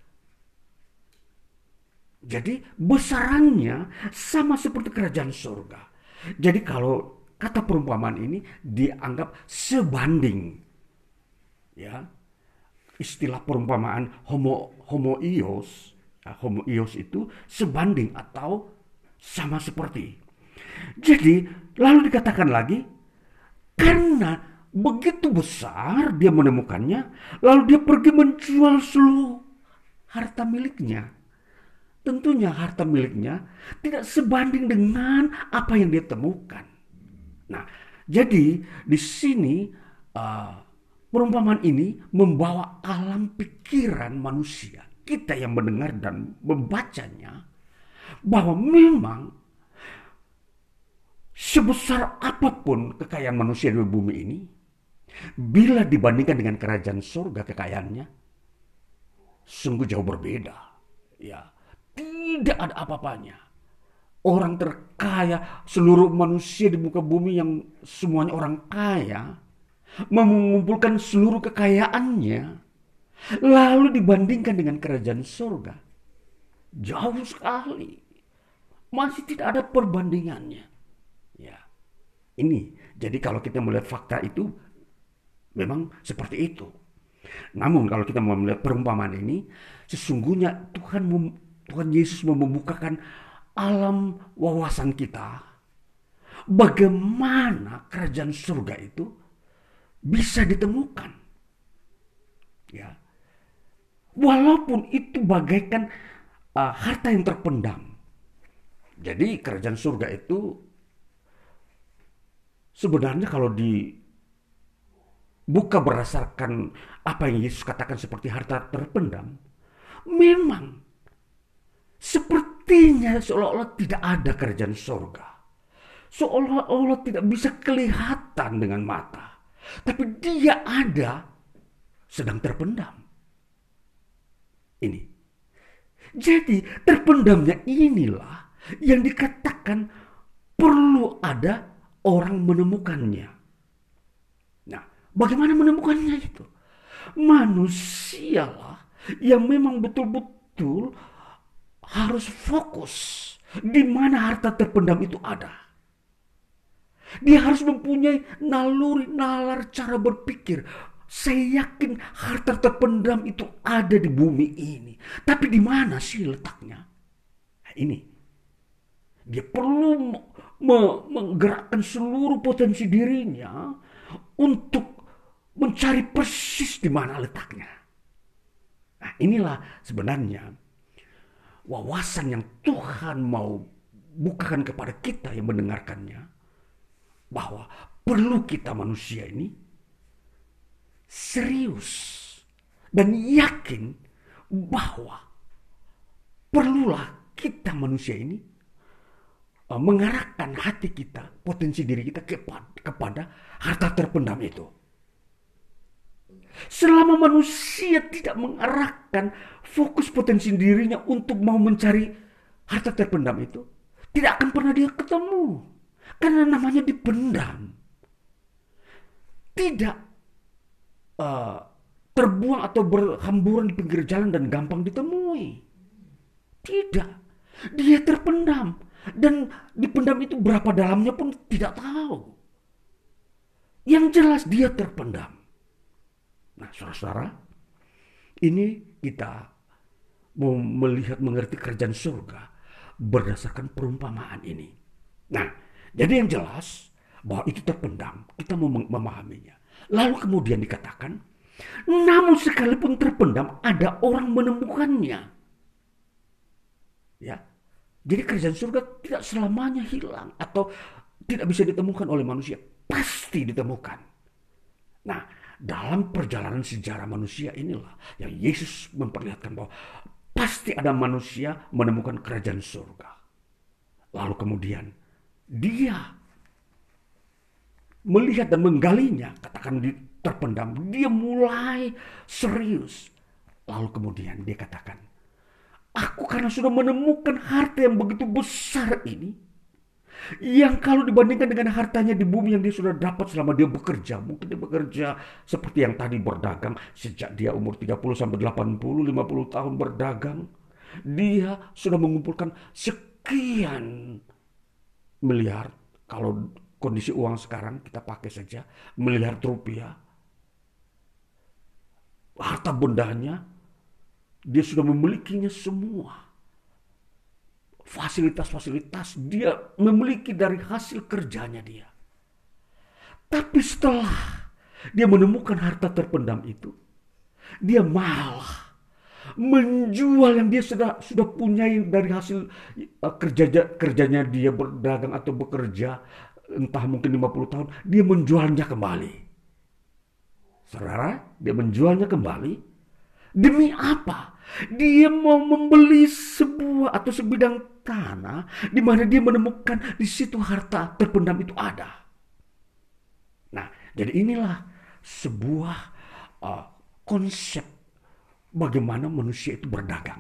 jadi besarannya sama seperti kerajaan surga. Jadi kalau kata perumpamaan ini dianggap sebanding. Ya. Istilah perumpamaan homoios. Homoios itu sebanding atau sama seperti. Jadi lalu dikatakan lagi, karena begitu besar dia menemukannya, lalu dia pergi menjual seluruh harta miliknya. Tentunya harta miliknya tidak sebanding dengan apa yang dia temukan. Nah, jadi di sini perumpamaan ini membawa alam pikiran manusia, kita yang mendengar dan membacanya, bahwa memang sebesar apapun kekayaan manusia di bumi ini, bila dibandingkan dengan kerajaan surga kekayaannya, sungguh jauh berbeda. Ya, tidak ada apa-apanya. Orang terkaya, seluruh manusia di muka bumi yang semuanya orang kaya, mengumpulkan seluruh kekayaannya, lalu dibandingkan dengan kerajaan surga, jauh sekali. Masih tidak ada perbandingannya. Ya, ini jadi kalau kita melihat fakta itu, memang seperti itu. Namun kalau kita mau melihat perumpamaan ini, sesungguhnya Tuhan Yesus mau membukakan alam wawasan kita, bagaimana kerajaan surga itu bisa ditemukan. Ya, walaupun itu bagaikan harta yang terpendam. Jadi kerajaan surga itu sebenarnya kalau dibuka berdasarkan apa yang Yesus katakan seperti harta terpendam, memang sepertinya seolah-olah tidak ada kerajaan surga. Seolah-olah tidak bisa kelihatan dengan mata. Tapi dia ada, sedang terpendam. Ini. Jadi terpendamnya inilah yang dikatakan perlu ada orang menemukannya. Nah, bagaimana menemukannya itu? Manusialah yang memang betul-betul harus fokus di mana harta terpendam itu ada. Dia harus mempunyai naluri, nalar cara berpikir. Saya yakin harta terpendam itu ada di bumi ini. Tapi di mana sih letaknya? Nah, ini. Dia perlu menggerakkan seluruh potensi dirinya untuk mencari persis di mana letaknya. Nah, inilah sebenarnya wawasan yang Tuhan mau bukakan kepada kita yang mendengarkannya, bahwa perlu kita manusia ini serius dan yakin bahwa perlulah kita manusia ini mengarahkan hati kita, potensi diri kita kepada harta terpendam itu. Selama manusia tidak mengarahkan fokus potensi dirinya untuk mau mencari harta terpendam itu, tidak akan pernah dia ketemu. Karena namanya dipendam. Tidak terbuang atau berhamburan di pinggir jalan dan gampang ditemui. Tidak. Dia terpendam. Dan dipendam itu berapa dalamnya pun tidak tahu. Yang jelas dia terpendam. Nah, saudara-saudara, ini kita mau melihat mengerti kerajaan surga berdasarkan perumpamaan ini. Nah, jadi yang jelas bahwa itu terpendam, kita mau memahaminya. Lalu kemudian dikatakan, namun sekalipun terpendam ada orang menemukannya. Ya. Jadi kerajaan surga tidak selamanya hilang atau tidak bisa ditemukan oleh manusia. Pasti ditemukan. Nah, dalam perjalanan sejarah manusia inilah yang Yesus memperlihatkan bahwa pasti ada manusia menemukan kerajaan surga. Lalu kemudian dia melihat dan menggalinya, katakan terpendam. Dia mulai serius. Lalu kemudian dia katakan, aku karena sudah menemukan harta yang begitu besar ini, yang kalau dibandingkan dengan hartanya di bumi yang dia sudah dapat selama dia bekerja, mungkin dia bekerja seperti yang tadi berdagang, sejak dia umur 30 sampai 80, 50 tahun berdagang, dia sudah mengumpulkan sekian miliar, kalau kondisi uang sekarang kita pakai saja, miliar rupiah. Harta bendanya, dia sudah memilikinya semua. Fasilitas-fasilitas dia memiliki dari hasil kerjanya dia. Tapi setelah dia menemukan harta terpendam itu, dia malah menjual yang dia sudah punyai dari hasil kerjanya dia berdagang atau bekerja, entah mungkin 50 tahun, dia menjualnya kembali. Saudara, dia menjualnya kembali. Demi apa? Dia mau membeli sebuah atau sebidang tanah di mana dia menemukan di situ harta terpendam itu ada. Nah, jadi inilah sebuah konsep bagaimana manusia itu berdagang.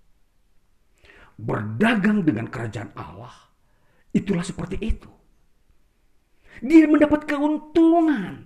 Berdagang dengan kerajaan Allah, itulah seperti itu. Dia mendapat keuntungan.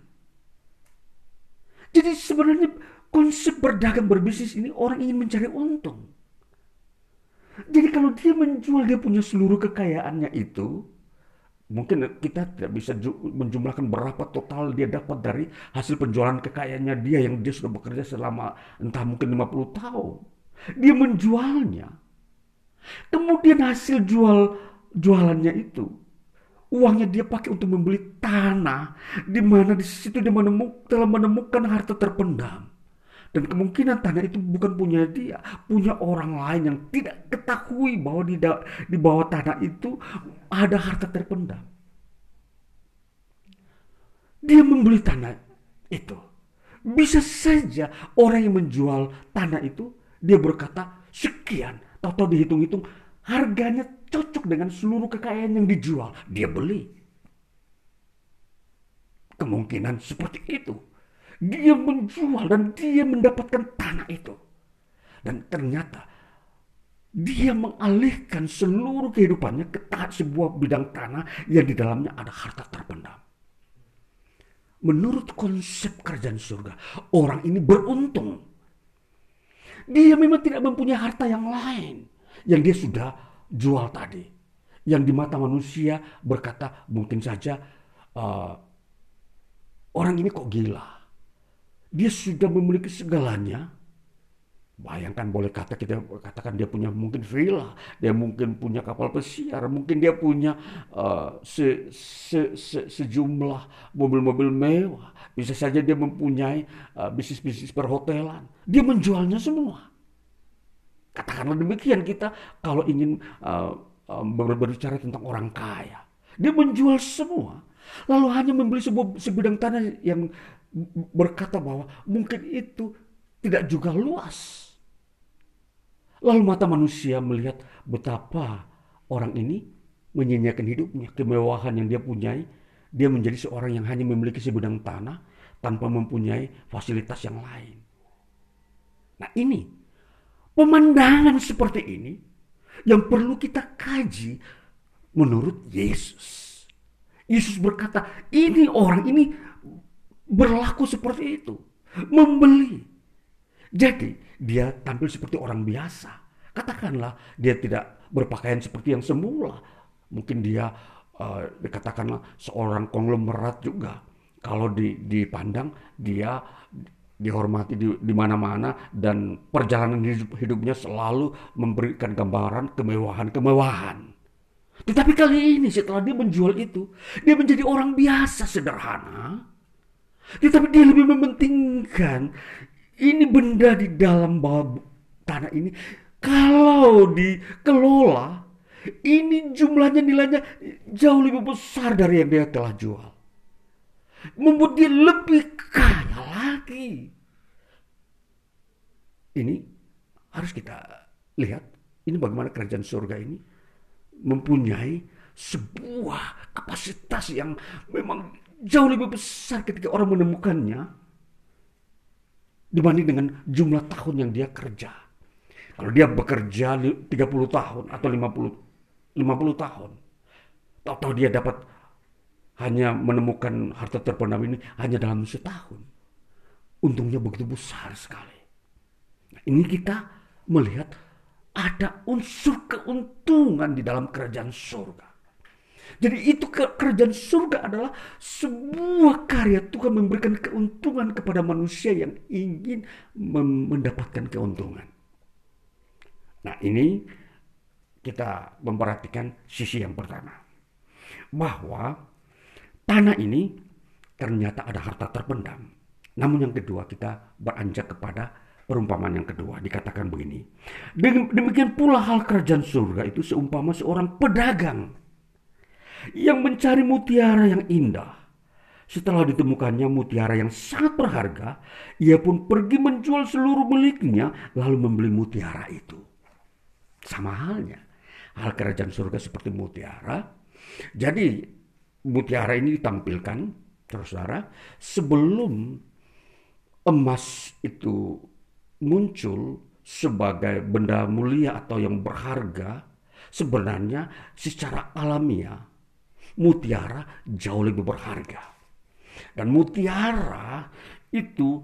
Jadi sebenarnya konsep berdagang berbisnis ini orang ingin mencari untung. Jadi kalau dia menjual dia punya seluruh kekayaannya itu, mungkin kita tidak bisa menjumlahkan berapa total dia dapat dari hasil penjualan kekayaannya dia yang dia sudah bekerja selama entah mungkin 50 tahun. Dia menjualnya. Kemudian hasil jualannya itu, uangnya dia pakai untuk membeli tanah di mana di situ dia telah menemukan harta terpendam. Dan kemungkinan tanah itu bukan punya dia, punya orang lain yang tidak ketahui bahwa di bawah tanah itu ada harta terpendam. Dia membeli tanah itu. Bisa saja orang yang menjual tanah itu, dia berkata sekian, tahu-tahu dihitung-hitung harganya cocok dengan seluruh kekayaan yang dijual. Dia beli. Kemungkinan seperti itu. Dia menjual dan dia mendapatkan tanah itu. Dan ternyata dia mengalihkan seluruh kehidupannya ke sebuah bidang tanah yang di dalamnya ada harta terpendam. Menurut konsep kerajaan surga, orang ini beruntung. Dia memang tidak mempunyai harta yang lain yang dia sudah jual tadi. Yang di mata manusia berkata mungkin saja orang ini kok gila. Dia sudah memiliki segalanya. Bayangkan boleh kita katakan dia punya mungkin villa, dia mungkin punya kapal pesiar, mungkin dia punya sejumlah mobil-mobil mewah. Bisa saja dia mempunyai bisnis-bisnis perhotelan. Dia menjualnya semua. Katakanlah demikian kita kalau ingin berbicara tentang orang kaya. Dia menjual semua. Lalu hanya membeli sebidang tanah yang berkata bahwa mungkin itu tidak juga luas. Lalu mata manusia melihat betapa orang ini menyanyiakan hidupnya, kemewahan yang dia punyai. Dia menjadi seorang yang hanya memiliki sebidang tanah tanpa mempunyai fasilitas yang lain. Nah ini, pemandangan seperti ini yang perlu kita kaji menurut Yesus. Yesus berkata, ini orang ini berlaku seperti itu, membeli. Jadi dia tampil seperti orang biasa. Katakanlah dia tidak berpakaian seperti yang semula. Mungkin dia dikatakanlah seorang konglomerat juga. Kalau dipandang dia dihormati di mana-mana dan perjalanan hidupnya selalu memberikan gambaran kemewahan-kemewahan. Tetapi kali ini setelah dia menjual itu, dia menjadi orang biasa sederhana. Tetapi dia lebih mementingkan ini benda di dalam bawah tanah ini. Kalau dikelola, ini jumlahnya nilainya jauh lebih besar dari yang dia telah jual. Membuat dia lebih kaya lagi. Ini harus kita lihat. Ini bagaimana kerajaan surga ini mempunyai sebuah kapasitas yang memang jauh lebih besar ketika orang menemukannya dibanding dengan jumlah tahun yang dia kerja. Kalau dia bekerja 30 tahun atau 50 tahun, tahu-tahu dia dapat hanya menemukan harta terpendam ini hanya dalam setahun. Untungnya begitu besar sekali. Nah, ini kita melihat ada unsur keuntungan di dalam kerajaan surga. Jadi itu kerajaan surga adalah sebuah karya Tuhan memberikan keuntungan kepada manusia yang ingin mendapatkan keuntungan. Nah ini kita memperhatikan sisi yang pertama. Bahwa tanah ini ternyata ada harta terpendam. Namun yang kedua kita beranjak kepada perumpamaan yang kedua. Dikatakan begini. Demikian pula hal kerajaan surga itu seumpama seorang pedagang yang mencari mutiara yang indah. Setelah ditemukannya mutiara yang sangat berharga, ia pun pergi menjual seluruh miliknya lalu membeli mutiara itu. Sama halnya, hal kerajaan surga seperti mutiara. Jadi mutiara ini ditampilkan, saudara, sebelum emas itu muncul sebagai benda mulia atau yang berharga. Sebenarnya secara alamiah mutiara jauh lebih berharga. Dan mutiara itu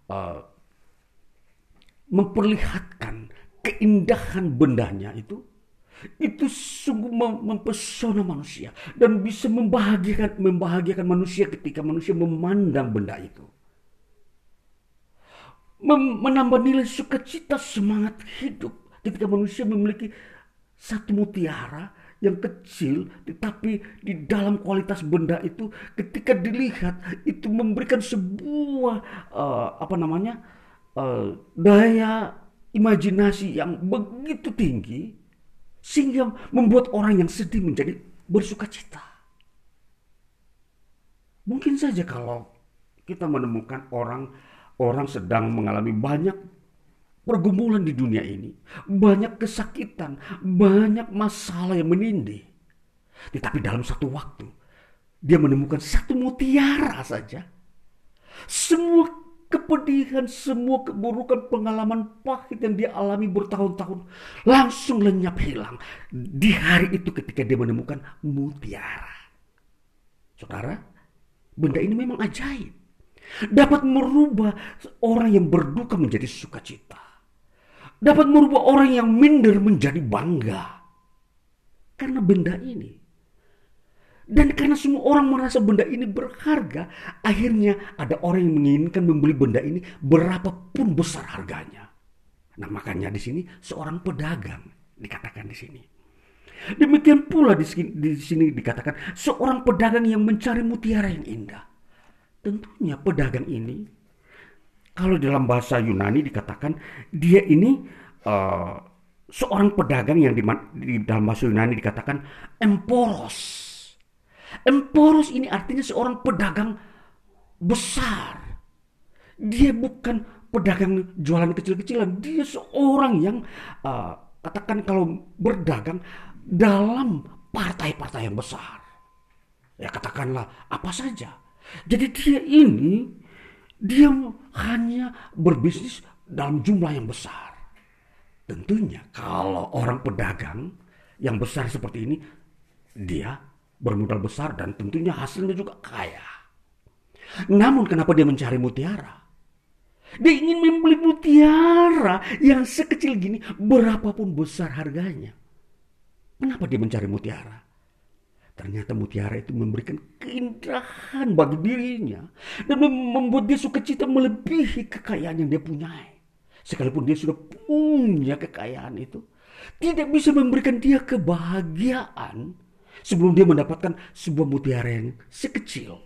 memperlihatkan keindahan bendanya itu sungguh mempesona manusia dan bisa membahagiakan manusia ketika manusia memandang benda itu. Menambah nilai sukacita, semangat hidup ketika manusia memiliki satu mutiara yang kecil, tetapi di dalam kualitas benda itu ketika dilihat itu memberikan sebuah daya imajinasi yang begitu tinggi sehingga membuat orang yang sedih menjadi bersukacita. Mungkin saja kalau kita menemukan orang sedang mengalami banyak pergumulan di dunia ini, banyak kesakitan, banyak masalah yang menindih. Tetapi dalam satu waktu, dia menemukan satu mutiara saja. Semua kepedihan, semua keburukan, pengalaman pahit yang dia alami bertahun-tahun langsung lenyap hilang di hari itu ketika dia menemukan mutiara. Saudara, benda ini memang ajaib. Dapat merubah orang yang berduka menjadi sukacita. Dapat merubah orang yang minder menjadi bangga. Karena benda ini. Dan karena semua orang merasa benda ini berharga, akhirnya ada orang yang menginginkan membeli benda ini berapapun besar harganya. Nah, makanya di sini seorang pedagang dikatakan di sini. Demikian pula di sini dikatakan seorang pedagang yang mencari mutiara yang indah. Tentunya pedagang ini, kalau dalam bahasa Yunani dikatakan dia ini seorang pedagang yang di dalam bahasa Yunani dikatakan emporos. Emporos ini artinya seorang pedagang besar. Dia bukan pedagang jualan kecil-kecilan. Dia seorang yang katakan kalau berdagang dalam partai-partai yang besar. Ya katakanlah apa saja. Jadi dia hanya berbisnis dalam jumlah yang besar. Tentunya kalau orang pedagang yang besar seperti ini, dia bermodal besar dan tentunya hasilnya juga kaya. Namun kenapa dia mencari mutiara? Dia ingin membeli mutiara yang sekecil gini berapapun besar harganya. Kenapa dia mencari mutiara? Ternyata mutiara itu memberikan keindahan bagi dirinya dan membuat dia sukacita melebihi kekayaan yang dia punyai. Sekalipun dia sudah punya kekayaan itu, tidak bisa memberikan dia kebahagiaan sebelum dia mendapatkan sebuah mutiara yang sekecil.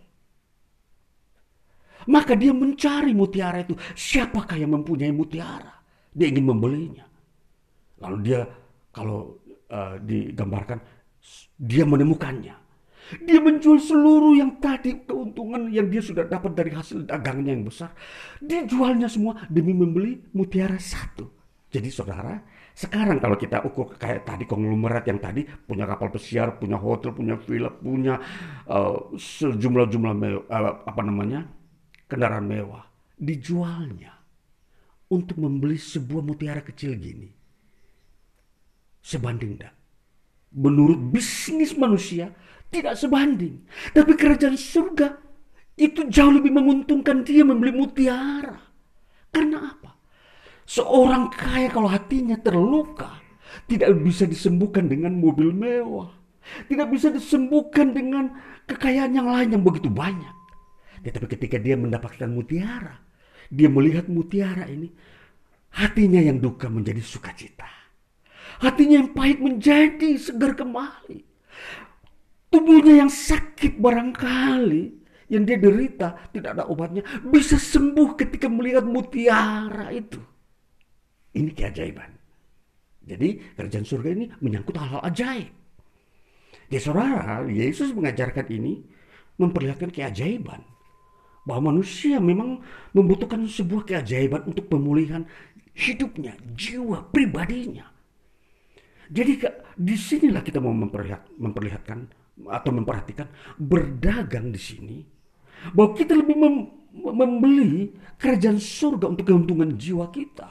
Maka dia mencari mutiara itu. Siapakah yang mempunyai mutiara? Dia ingin membelinya. Lalu dia, kalau digambarkan, dia menemukannya. Dia menjual seluruh yang tadi keuntungan yang dia sudah dapat dari hasil dagangnya yang besar. Dia jualnya semua demi membeli mutiara satu. Jadi saudara, sekarang kalau kita ukur kayak tadi konglomerat yang tadi punya kapal pesiar, punya hotel, punya villa, punya sejumlah kendaraan mewah, dijualnya untuk membeli sebuah mutiara kecil gini. Sebanding tak? Menurut bisnis manusia tidak sebanding. Tapi kerajaan surga itu jauh lebih menguntungkan dia membeli mutiara. Karena apa? Seorang kaya kalau hatinya terluka tidak bisa disembuhkan dengan mobil mewah. Tidak bisa disembuhkan dengan kekayaan yang lain yang begitu banyak. Tetapi ketika dia mendapatkan mutiara, dia melihat mutiara ini, hatinya yang duka menjadi sukacita. Hatinya yang pahit menjadi segar kembali. Tubuhnya yang sakit barangkali, yang dia derita, tidak ada obatnya, bisa sembuh ketika melihat mutiara itu. Ini keajaiban. Jadi kerajaan surga ini menyangkut hal-hal ajaib. Ya saudara, Yesus mengajarkan ini memperlihatkan keajaiban. Bahwa manusia memang membutuhkan sebuah keajaiban untuk pemulihan hidupnya, jiwa pribadinya. Jadi disinilah kita mau memperlihatkan atau memperhatikan berdagang di sini, bahwa kita lebih membeli kerajaan surga untuk keuntungan jiwa kita,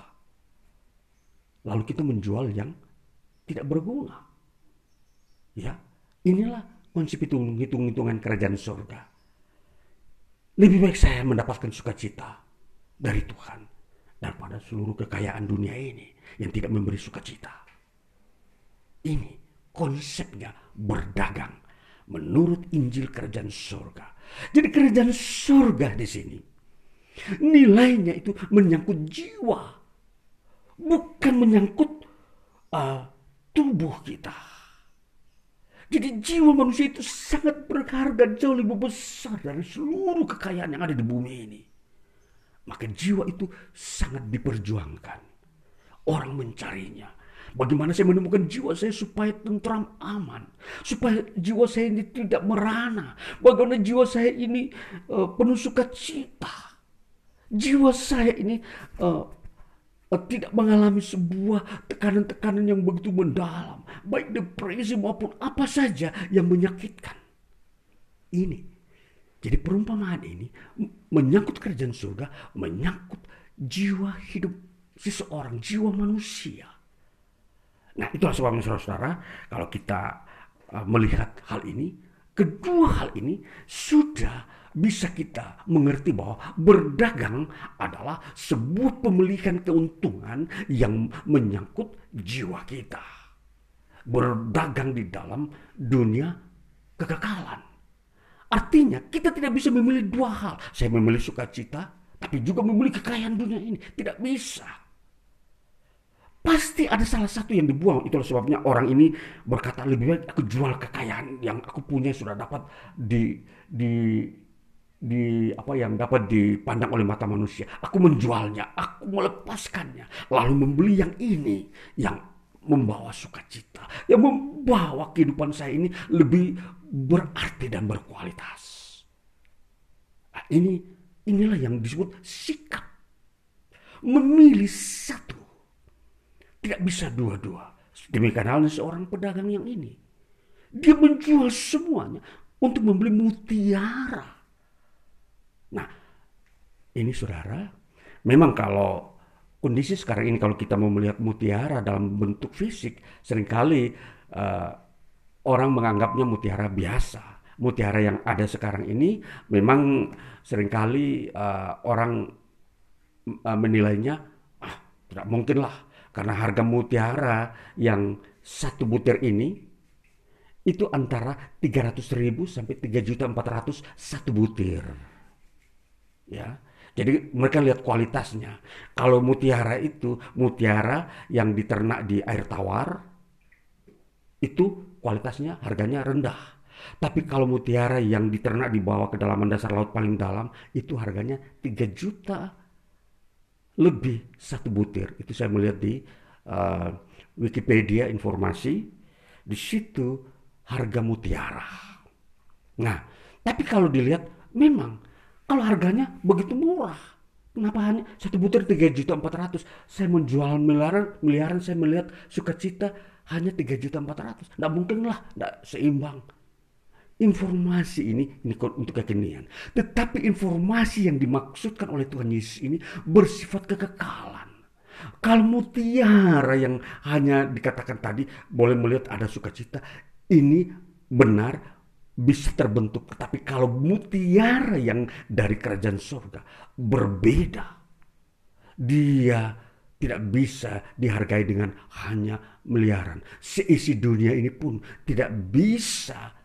lalu kita menjual yang tidak berguna. Ya, inilah konsep hitung-hitungan kerajaan surga. Lebih baik saya mendapatkan sukacita dari Tuhan daripada seluruh kekayaan dunia ini yang tidak memberi sukacita. Ini konsepnya berdagang menurut Injil kerajaan surga. Jadi kerajaan surga di sini nilainya itu menyangkut jiwa, bukan menyangkut tubuh kita. Jadi jiwa manusia itu sangat berharga, jauh lebih besar dari seluruh kekayaan yang ada di bumi ini. Maka jiwa itu sangat diperjuangkan. Orang mencarinya. Bagaimana saya menemukan jiwa saya supaya tentram, aman, supaya jiwa saya ini tidak merana, bagaimana jiwa saya ini penuh sukacita, jiwa saya ini tidak mengalami sebuah tekanan-tekanan yang begitu mendalam, baik depresi maupun apa saja yang menyakitkan. Ini, jadi perumpamaan ini menyangkut kerajaan surga, menyangkut jiwa hidup seseorang, jiwa manusia. Nah, itulah sebabnya saudara-saudara, kalau kita melihat hal ini, kedua hal ini sudah bisa kita mengerti bahwa berdagang adalah sebuah pemilihan keuntungan yang menyangkut jiwa kita. Berdagang di dalam dunia kekekalan. Artinya kita tidak bisa memilih dua hal. Saya memilih sukacita, tapi juga memilih kekayaan dunia ini. Tidak bisa. Pasti ada salah satu yang dibuang. Itulah sebabnya orang ini berkata, lebih baik aku jual kekayaan yang aku punya sudah dapat apa yang dapat dipandang oleh mata manusia. Aku menjualnya, aku melepaskannya, lalu membeli yang ini yang membawa sukacita, yang membawa kehidupan saya ini lebih berarti dan berkualitas. Nah, inilah yang disebut sikap. Memilih satu. Tidak bisa dua-dua. Demikian halnya seorang pedagang yang ini. Dia menjual semuanya untuk membeli mutiara. Nah, ini saudara, memang kalau kondisi sekarang ini, kalau kita mau melihat mutiara dalam bentuk fisik, seringkali orang menganggapnya mutiara biasa. Mutiara yang ada sekarang ini memang seringkali orang menilainya, tidak mungkin lah. Karena harga mutiara yang satu butir ini itu antara 300.000 sampai 3.400.000 satu butir. Ya. Jadi mereka lihat kualitasnya. Kalau mutiara itu mutiara yang diternak di air tawar, itu kualitasnya harganya rendah. Tapi kalau mutiara yang diternak di bawah kedalaman dasar laut paling dalam, itu harganya 3 juta lebih satu butir. Itu saya melihat di Wikipedia informasi. Di situ harga mutiara. Nah, tapi kalau dilihat memang kalau harganya begitu murah. Kenapa hanya satu butir 3.400.000? Saya menjual miliaran, saya melihat sukacita hanya 3.400.000. Nggak mungkin lah, nggak seimbang. Informasi ini untuk kekinian. Tetapi informasi yang dimaksudkan oleh Tuhan Yesus ini bersifat kekekalan. Kalau mutiara yang hanya dikatakan tadi boleh melihat ada sukacita, ini benar bisa terbentuk. Tapi kalau mutiara yang dari kerajaan surga berbeda. Dia tidak bisa dihargai dengan hanya miliaran. Seisi dunia ini pun tidak bisa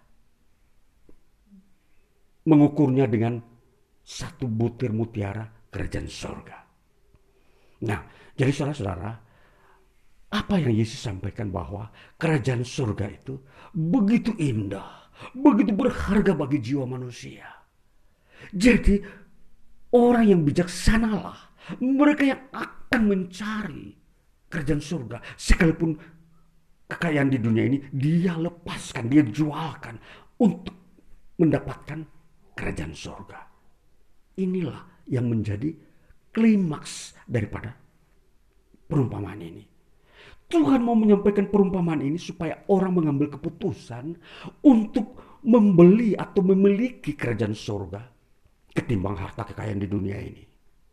mengukurnya dengan satu butir mutiara kerajaan surga. Nah, jadi saudara-saudara, apa yang Yesus sampaikan bahwa kerajaan surga itu begitu indah, begitu berharga bagi jiwa manusia. Jadi orang yang bijaksanalah mereka yang akan mencari kerajaan surga, sekalipun kekayaan di dunia ini dia lepaskan, dia jualkan untuk mendapatkan kerajaan surga. Inilah yang menjadi klimaks daripada perumpamaan ini. Tuhan mau menyampaikan perumpamaan ini supaya orang mengambil keputusan untuk membeli atau memiliki kerajaan surga ketimbang harta kekayaan di dunia ini.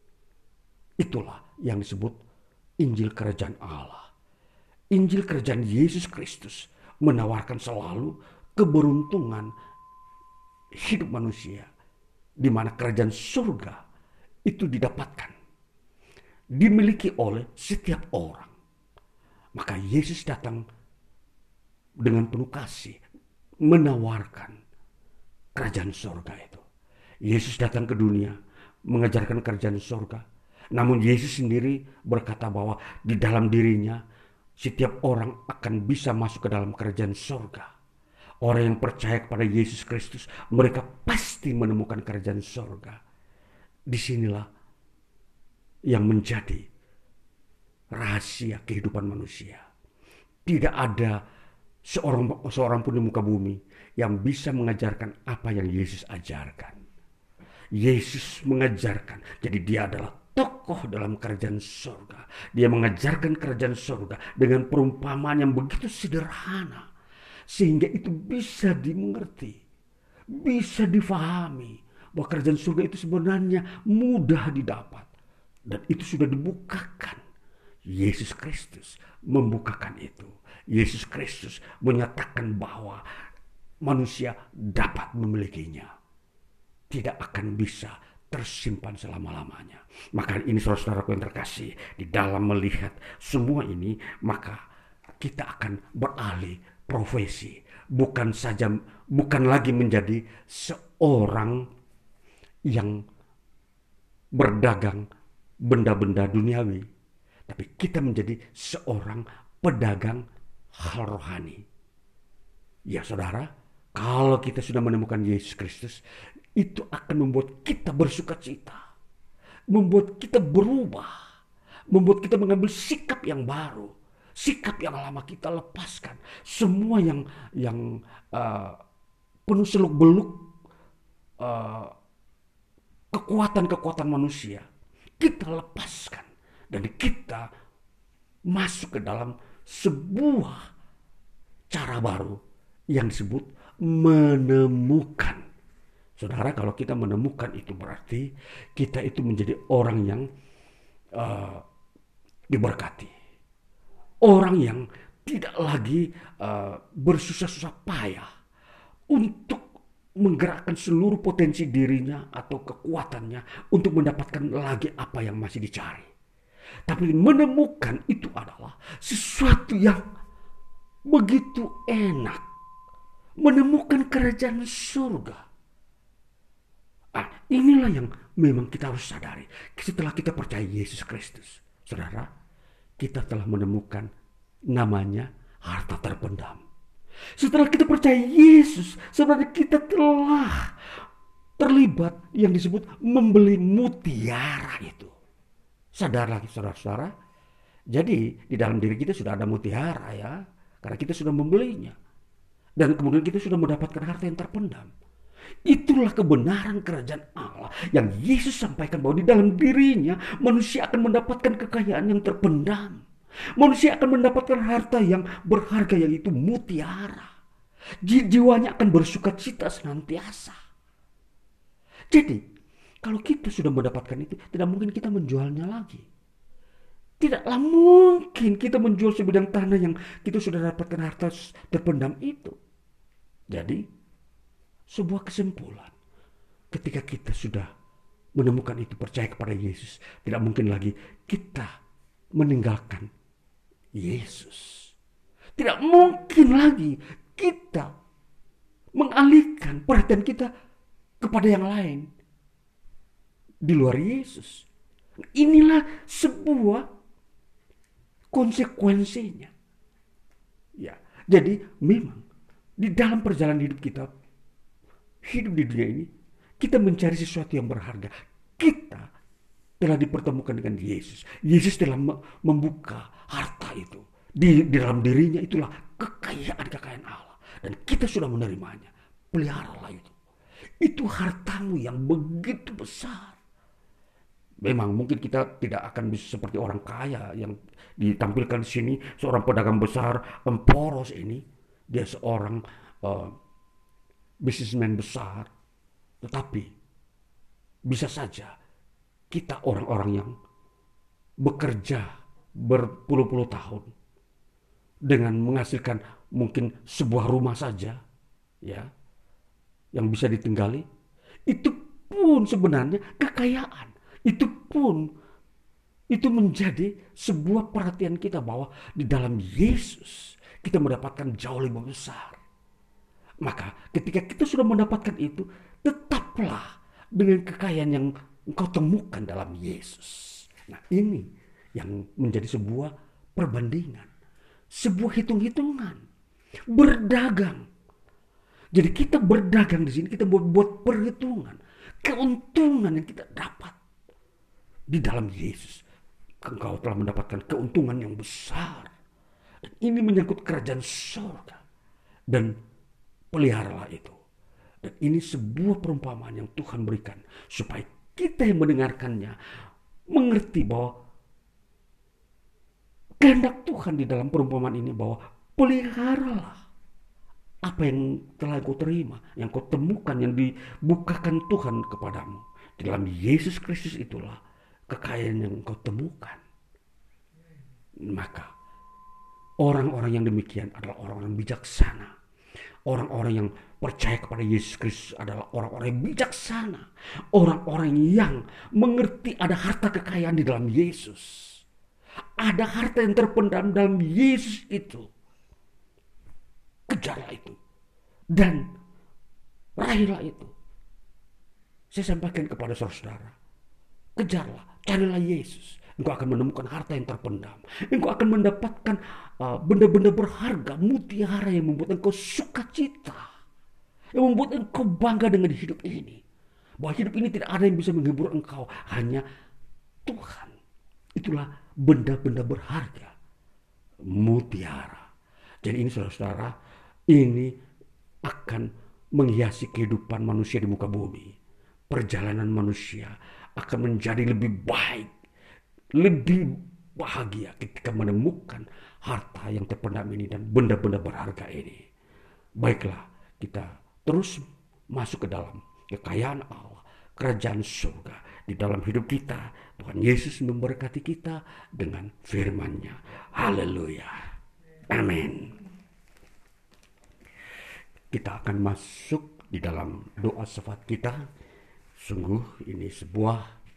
Itulah yang disebut Injil Kerajaan Allah. Injil Kerajaan Yesus Kristus menawarkan selalu keberuntungan hidup manusia, di mana kerajaan surga itu didapatkan, dimiliki oleh setiap orang. Maka Yesus datang dengan penuh kasih menawarkan kerajaan surga itu. Yesus datang ke dunia mengajarkan kerajaan surga. Namun Yesus sendiri berkata bahwa di dalam dirinya setiap orang akan bisa masuk ke dalam kerajaan surga. Orang yang percaya kepada Yesus Kristus, mereka pasti menemukan kerajaan surga. Disinilah yang menjadi rahasia kehidupan manusia. Tidak ada seorang pun di muka bumi yang bisa mengajarkan apa yang Yesus ajarkan. Yesus mengajarkan, jadi dia adalah tokoh dalam kerajaan surga. Dia mengajarkan kerajaan surga dengan perumpamaan yang begitu sederhana, sehingga itu bisa dimengerti, bisa difahami bahwa kerajaan surga itu sebenarnya mudah didapat. Dan itu sudah dibukakan. Yesus Kristus membukakan itu. Yesus Kristus menyatakan bahwa manusia dapat memilikinya. Tidak akan bisa tersimpan selama-lamanya. Maka ini saudara-saudaraku yang terkasih, di dalam melihat semua ini, maka kita akan beralih profesi. Bukan lagi menjadi seorang yang berdagang benda-benda duniawi. Tapi kita menjadi seorang pedagang hal rohani. Ya saudara, kalau kita sudah menemukan Yesus Kristus, itu akan membuat kita bersuka cita, membuat kita berubah, membuat kita mengambil sikap yang baru, sikap yang lama kita lepaskan. Semua yang penuh seluk-beluk kekuatan-kekuatan manusia, kita lepaskan. Dan kita masuk ke dalam sebuah cara baru yang disebut menemukan. Saudara, kalau kita menemukan itu berarti kita itu menjadi orang yang diberkati. Orang yang tidak lagi bersusah-susah payah untuk menggerakkan seluruh potensi dirinya atau kekuatannya untuk mendapatkan lagi apa yang masih dicari. Tapi menemukan itu adalah sesuatu yang begitu enak. Menemukan kerajaan surga. Inilah yang memang kita harus sadari. Setelah kita percaya Yesus Kristus, saudara, kita telah menemukan namanya harta terpendam. Setelah kita percaya Yesus, sebenarnya kita telah terlibat yang disebut membeli mutiara itu. Sadar lagi saudara-saudara. Jadi di dalam diri kita sudah ada mutiara ya. Karena kita sudah membelinya. Dan kemudian kita sudah mendapatkan harta yang terpendam. Itulah kebenaran kerajaan Allah yang Yesus sampaikan bahwa di dalam dirinya manusia akan mendapatkan kekayaan yang terpendam. Manusia akan mendapatkan harta yang berharga, yaitu mutiara. Jiwanya akan bersuka cita senantiasa. Jadi kalau kita sudah mendapatkan itu, tidak mungkin kita menjualnya lagi. Tidaklah mungkin kita menjual sebidang tanah yang kita sudah dapatkan harta terpendam itu. Jadi, sebuah kesimpulan. Ketika kita sudah menemukan itu, percaya kepada Yesus, tidak mungkin lagi kita meninggalkan Yesus. Tidak mungkin lagi kita mengalihkan perhatian kita kepada yang lain di luar Yesus. Inilah sebuah konsekuensinya. Ya, jadi memang di dalam perjalanan hidup kita, hidup di dunia ini, kita mencari sesuatu yang berharga. Kita telah dipertemukan dengan Yesus. Yesus telah membuka harta itu. Di dalam dirinya itulah kekayaan Allah. Dan kita sudah menerimanya. Peliharalah itu. Itu hartamu yang begitu besar. Memang mungkin kita tidak akan bisa seperti orang kaya yang ditampilkan di sini, seorang pedagang besar, Emporos ini, dia seorang bisnismen besar. Tetapi bisa saja kita orang-orang yang bekerja berpuluh-puluh tahun dengan menghasilkan mungkin sebuah rumah saja, ya, yang bisa ditinggali, itu pun sebenarnya kekayaan. Itu menjadi sebuah perhatian kita bahwa di dalam Yesus kita mendapatkan jauh lebih besar. Maka ketika kita sudah mendapatkan itu, tetaplah dengan kekayaan yang engkau temukan dalam Yesus. Nah, ini yang menjadi sebuah perbandingan, sebuah hitung-hitungan, berdagang. Jadi kita berdagang di sini, kita buat perhitungan, keuntungan yang kita dapat di dalam Yesus. Engkau telah mendapatkan keuntungan yang besar. Dan ini menyangkut kerajaan surga. Dan peliharalah itu. Dan ini sebuah perumpamaan yang Tuhan berikan supaya kita yang mendengarkannya mengerti bahwa kehendak Tuhan di dalam perumpamaan ini, bahwa peliharalah apa yang telah kau terima, yang kau temukan, yang dibukakan Tuhan kepadamu. Di dalam Yesus Kristus itulah kekayaan yang kau temukan. Maka orang-orang yang demikian adalah orang-orang bijaksana. Orang-orang yang percaya kepada Yesus Kristus adalah orang-orang yang bijaksana. Orang-orang yang mengerti ada harta kekayaan di dalam Yesus. Ada harta yang terpendam dalam Yesus itu. Kejarlah itu. Dan raihlah itu. Saya sampaikan kepada saudara. Kejarlah, carilah Yesus. Engkau akan menemukan harta yang terpendam. Engkau akan mendapatkan benda-benda berharga, mutiara yang membuat engkau sukacita. Yang membuat engkau bangga dengan hidup ini. Bahwa hidup ini tidak ada yang bisa menghibur engkau. Hanya Tuhan. Itulah benda-benda berharga. Mutiara. Jadi ini saudara-saudara, ini akan menghiasi kehidupan manusia di muka bumi. Perjalanan manusia akan menjadi lebih baik, lebih bahagia ketika menemukan harta yang terpendam ini dan benda-benda berharga ini. Baiklah, kita terus masuk ke dalam kekayaan Allah, kerajaan surga di dalam hidup kita. Tuhan Yesus memberkati kita dengan firman-Nya. Haleluya. Amin. Kita akan masuk di dalam doa syafaat kita. Sungguh ini sebuah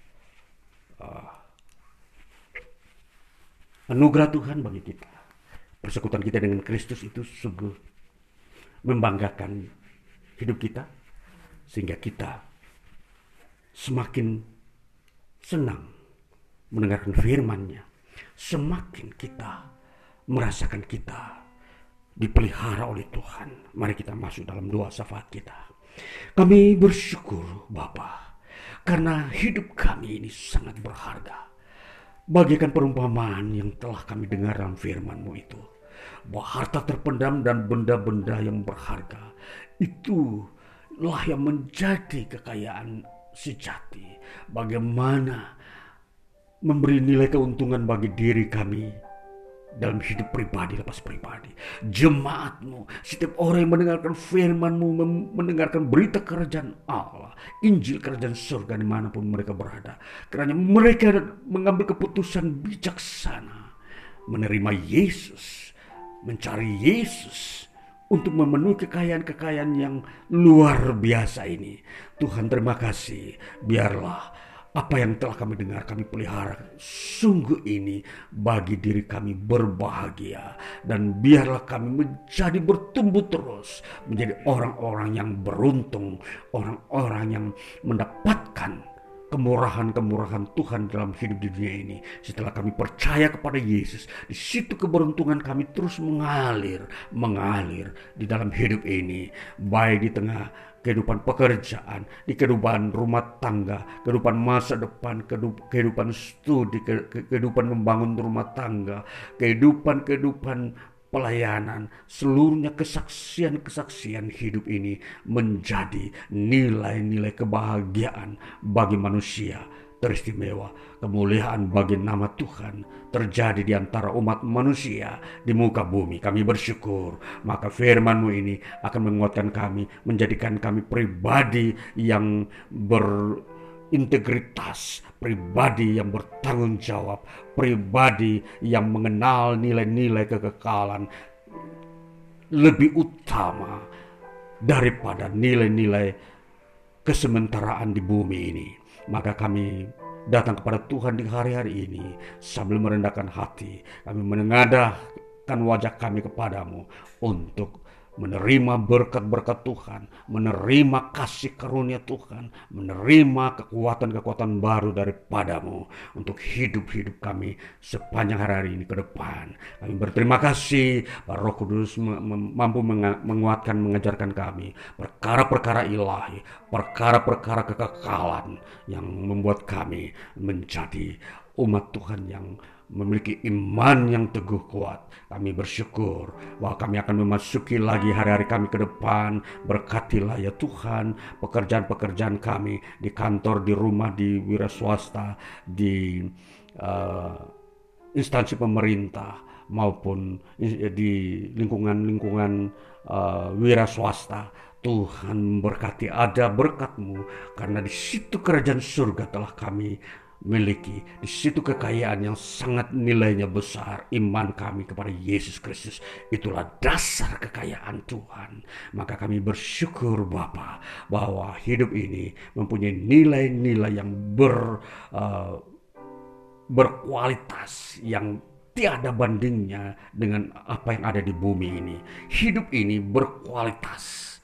anugerah Tuhan bagi kita. Persekutuan kita dengan Kristus itu sungguh membanggakan hidup kita, sehingga kita semakin senang mendengarkan firman-Nya. Semakin kita merasakan kita dipelihara oleh Tuhan. Mari kita masuk dalam doa syafaat kita. Kami bersyukur Bapa, karena hidup kami ini sangat berharga. Bagaikan perumpamaan yang telah kami dengar dalam firman-Mu itu, bahwa harta terpendam dan benda-benda yang berharga itulah yang menjadi kekayaan sejati. Bagaimana memberi nilai keuntungan bagi diri kami dalam hidup pribadi lepas pribadi, jemaat-Mu, setiap orang yang mendengarkan firman-Mu, mendengarkan berita kerajaan Allah, Injil kerajaan surga dimanapun mereka berada. Karena mereka mengambil keputusan bijaksana, menerima Yesus, mencari Yesus, untuk memenuhi kekayaan-kekayaan yang luar biasa ini. Tuhan, terima kasih. Biarlah apa yang telah kami dengar, kami pelihara sungguh ini bagi diri kami berbahagia. Dan biarlah kami menjadi bertumbuh terus, menjadi orang-orang yang beruntung, orang-orang yang mendapatkan kemurahan-kemurahan Tuhan dalam hidup di dunia ini. Setelah kami percaya kepada Yesus, di situ keberuntungan kami terus mengalir di dalam hidup ini, baik di tengah kehidupan pekerjaan, di kehidupan rumah tangga, kehidupan masa depan, kehidupan studi, kehidupan membangun rumah tangga, kehidupan pelayanan, seluruhnya kesaksian hidup ini menjadi nilai-nilai kebahagiaan bagi manusia. teristimewa. Kemuliaan bagi nama Tuhan terjadi di antara umat manusia di muka bumi. Kami bersyukur, maka firman-Mu ini akan menguatkan kami, menjadikan kami pribadi yang berintegritas, pribadi yang bertanggung jawab, pribadi yang mengenal nilai-nilai kekekalan lebih utama daripada nilai-nilai kesementaraan di bumi ini. Maka kami datang kepada Tuhan di hari-hari ini sambil merendahkan hati. Kami menengadahkan wajah kami kepadamu untuk menerima berkat-berkat Tuhan, menerima kasih karunia Tuhan, menerima kekuatan-kekuatan baru daripadamu untuk hidup-hidup kami sepanjang hari ini ke depan. Kami berterima kasih bahwa Roh Kudus mampu menguatkan, mengajarkan kami perkara-perkara ilahi, perkara-perkara kekekalan yang membuat kami menjadi umat Tuhan yang memiliki iman yang teguh kuat. Kami bersyukur bahwa kami akan memasuki lagi hari-hari kami ke depan. Berkatilah ya Tuhan pekerjaan-pekerjaan kami di kantor, di rumah, di wira swasta, di instansi pemerintah maupun di lingkungan-lingkungan wira swasta. Tuhan memberkati, ada berkat-Mu, karena di situ kerajaan surga telah kami miliki. Di situ kekayaan yang sangat nilainya besar. Iman kami kepada Yesus Kristus, itulah dasar kekayaan Tuhan. Maka kami bersyukur Bapa bahwa hidup ini mempunyai nilai-nilai yang berkualitas, yang tiada bandingnya dengan apa yang ada di bumi ini. Hidup ini berkualitas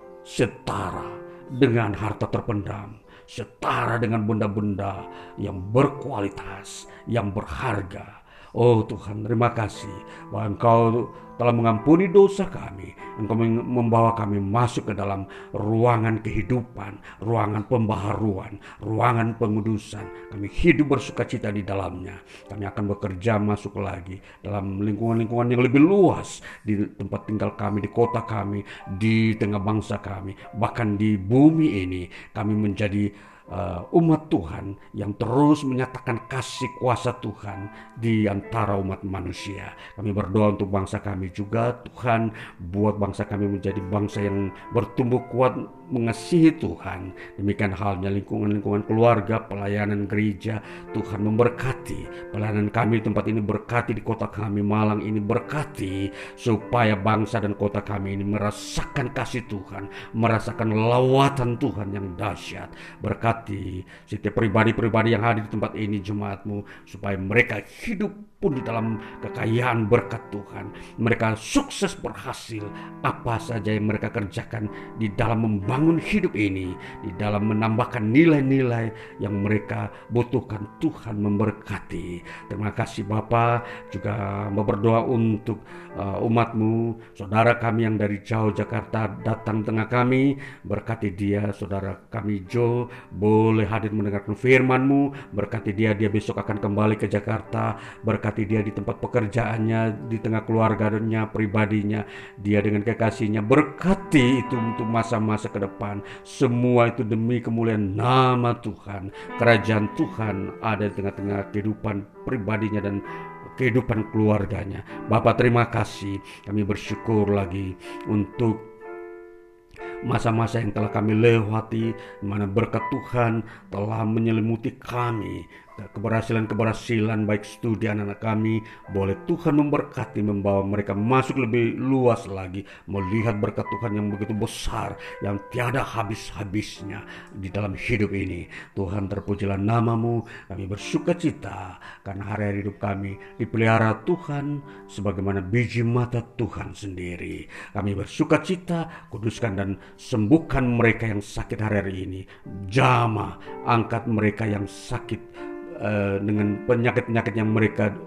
setara dengan harta terpendam, setara dengan benda-benda yang berkualitas, yang berharga. Oh Tuhan, terima kasih bahwa Engkau telah mengampuni dosa kami. Engkau membawa kami masuk ke dalam ruangan kehidupan, ruangan pembaharuan, ruangan pengudusan. Kami hidup bersukacita di dalamnya. Kami akan bekerja masuk lagi dalam lingkungan-lingkungan yang lebih luas, di tempat tinggal kami, di kota kami, di tengah bangsa kami, bahkan di bumi ini. Kami menjadi umat Tuhan yang terus menyatakan kasih kuasa Tuhan di antara umat manusia. Kami berdoa untuk bangsa kami juga, Tuhan, buat bangsa kami menjadi bangsa yang bertumbuh kuat mengasihi Tuhan. Demikian halnya lingkungan-lingkungan keluarga, pelayanan gereja. Tuhan memberkati pelayanan kami di tempat ini, berkati di kota kami Malang ini, berkati supaya bangsa dan kota kami ini merasakan kasih Tuhan, merasakan lawatan Tuhan yang dahsyat. Berkati setiap pribadi-pribadi yang hadir di tempat ini, jemaat-Mu, supaya mereka hidup pun di dalam kekayaan berkat Tuhan. Mereka sukses berhasil apa saja yang mereka kerjakan di dalam membangun hidup ini, di dalam menambahkan nilai-nilai yang mereka butuhkan. Tuhan memberkati. Terima kasih Bapa. Juga berdoa untuk umat-Mu, saudara kami yang dari jauh Jakarta datang tengah kami. Berkati dia, saudara kami Joe, boleh hadir mendengarkan firman-Mu. Berkati dia besok akan kembali ke Jakarta. Berkati dia di tempat pekerjaannya, di tengah keluarganya, pribadinya, dia dengan kekasihnya. Berkati itu untuk masa-masa ke depan. Semua itu demi kemuliaan nama Tuhan. Kerajaan Tuhan ada di tengah-tengah kehidupan pribadinya dan kehidupan keluarganya. Bapa, terima kasih. Kami bersyukur lagi untuk masa-masa yang telah kami lewati, di mana berkat Tuhan telah menyelimuti kami. Keberhasilan-keberhasilan baik studi anak-anak kami, boleh Tuhan memberkati, membawa mereka masuk lebih luas lagi, melihat berkat Tuhan yang begitu besar, yang tiada habis-habisnya di dalam hidup ini. Tuhan, terpujilah nama-Mu. Kami bersukacita karena hari-hari hidup kami dipelihara Tuhan sebagaimana biji mata Tuhan sendiri. Kami bersukacita, kuduskan dan sembuhkan mereka yang sakit hari-hari ini. Jamah, angkat mereka yang sakit dengan penyakit-penyakit yang mereka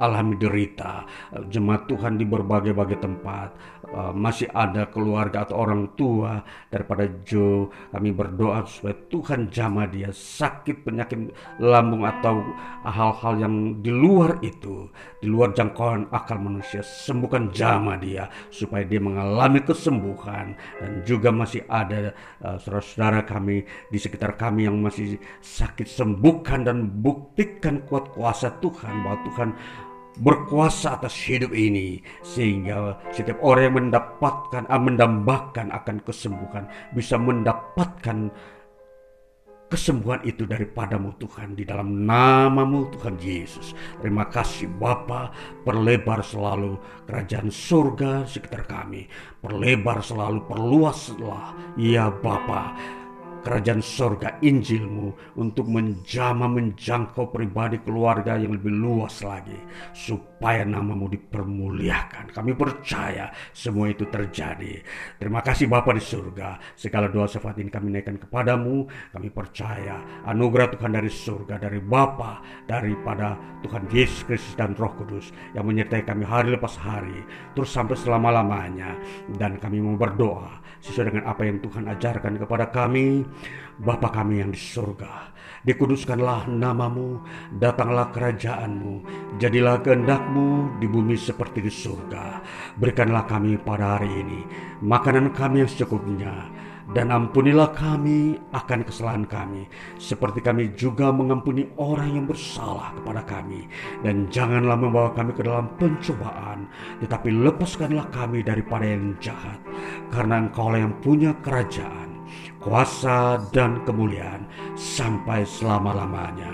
alami derita, jemaat Tuhan di berbagai-bagai tempat, masih ada keluarga atau orang tua daripada Joe. Kami berdoa supaya Tuhan jamah dia, sakit penyakit lambung atau hal-hal yang di luar itu, di luar jangkauan akal manusia, sembuhkan jamah dia supaya dia mengalami kesembuhan. Dan juga masih ada saudara-saudara kami di sekitar kami yang masih sakit, sembuhkan dan buktikan kuat kuasa Tuhan, bahwa Tuhan berkuasa atas hidup ini, sehingga setiap orang yang mendambakan akan kesembuhan bisa mendapatkan kesembuhan itu daripadamu Tuhan, di dalam namamu Tuhan Yesus. Terima kasih Bapa, perlebar selalu kerajaan surga sekitar kami, perlebar selalu, perluaslah ya Bapa kerajaan surga Injilmu untuk menjangkau pribadi keluarga yang lebih luas lagi, supaya namamu dipermuliakan. Kami percaya semua itu terjadi. Terima kasih Bapa di surga, segala doa syafaat ini kami naikkan kepadamu. Kami percaya anugerah Tuhan dari surga, dari Bapa, daripada Tuhan Yesus Kristus dan Roh Kudus yang menyertai kami hari lepas hari, terus sampai selama-lamanya. Dan kami mau berdoa sesuai dengan apa yang Tuhan ajarkan kepada kami. Bapa kami yang di surga, dikuduskanlah namamu, datanglah kerajaanmu, jadilah kehendakmu di bumi seperti di surga. Berikanlah kami pada hari ini makanan kami yang secukupnya, dan ampunilah kami akan kesalahan kami, seperti kami juga mengampuni orang yang bersalah kepada kami. Dan janganlah membawa kami ke dalam pencobaan, tetapi lepaskanlah kami daripada yang jahat. Karena Engkaulah yang punya kerajaan, kuasa dan kemuliaan sampai selama-lamanya.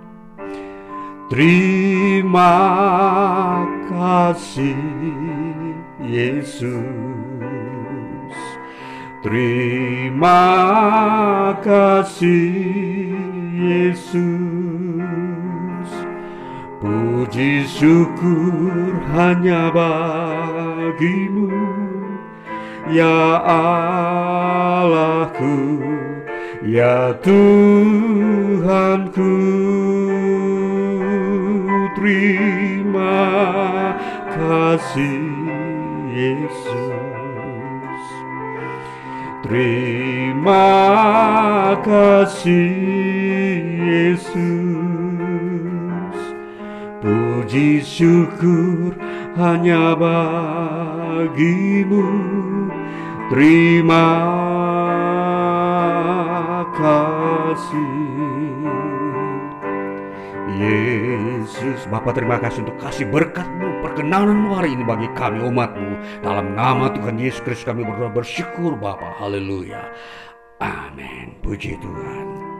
Terima kasih Yesus, terima kasih Yesus. Puji syukur hanya bagimu ya Allahku, ya Tuhanku. Terima kasih Yesus, terima kasih Yesus. Puji syukur hanya bagimu, terima kasih Yesus. Bapa, terima kasih untuk kasih berkat-Mu, perkenananmu hari ini bagi kami umat-Mu. Dalam nama Tuhan Yesus Kristus kami berdoa bersyukur Bapa. Haleluya. Amin. Puji Tuhan.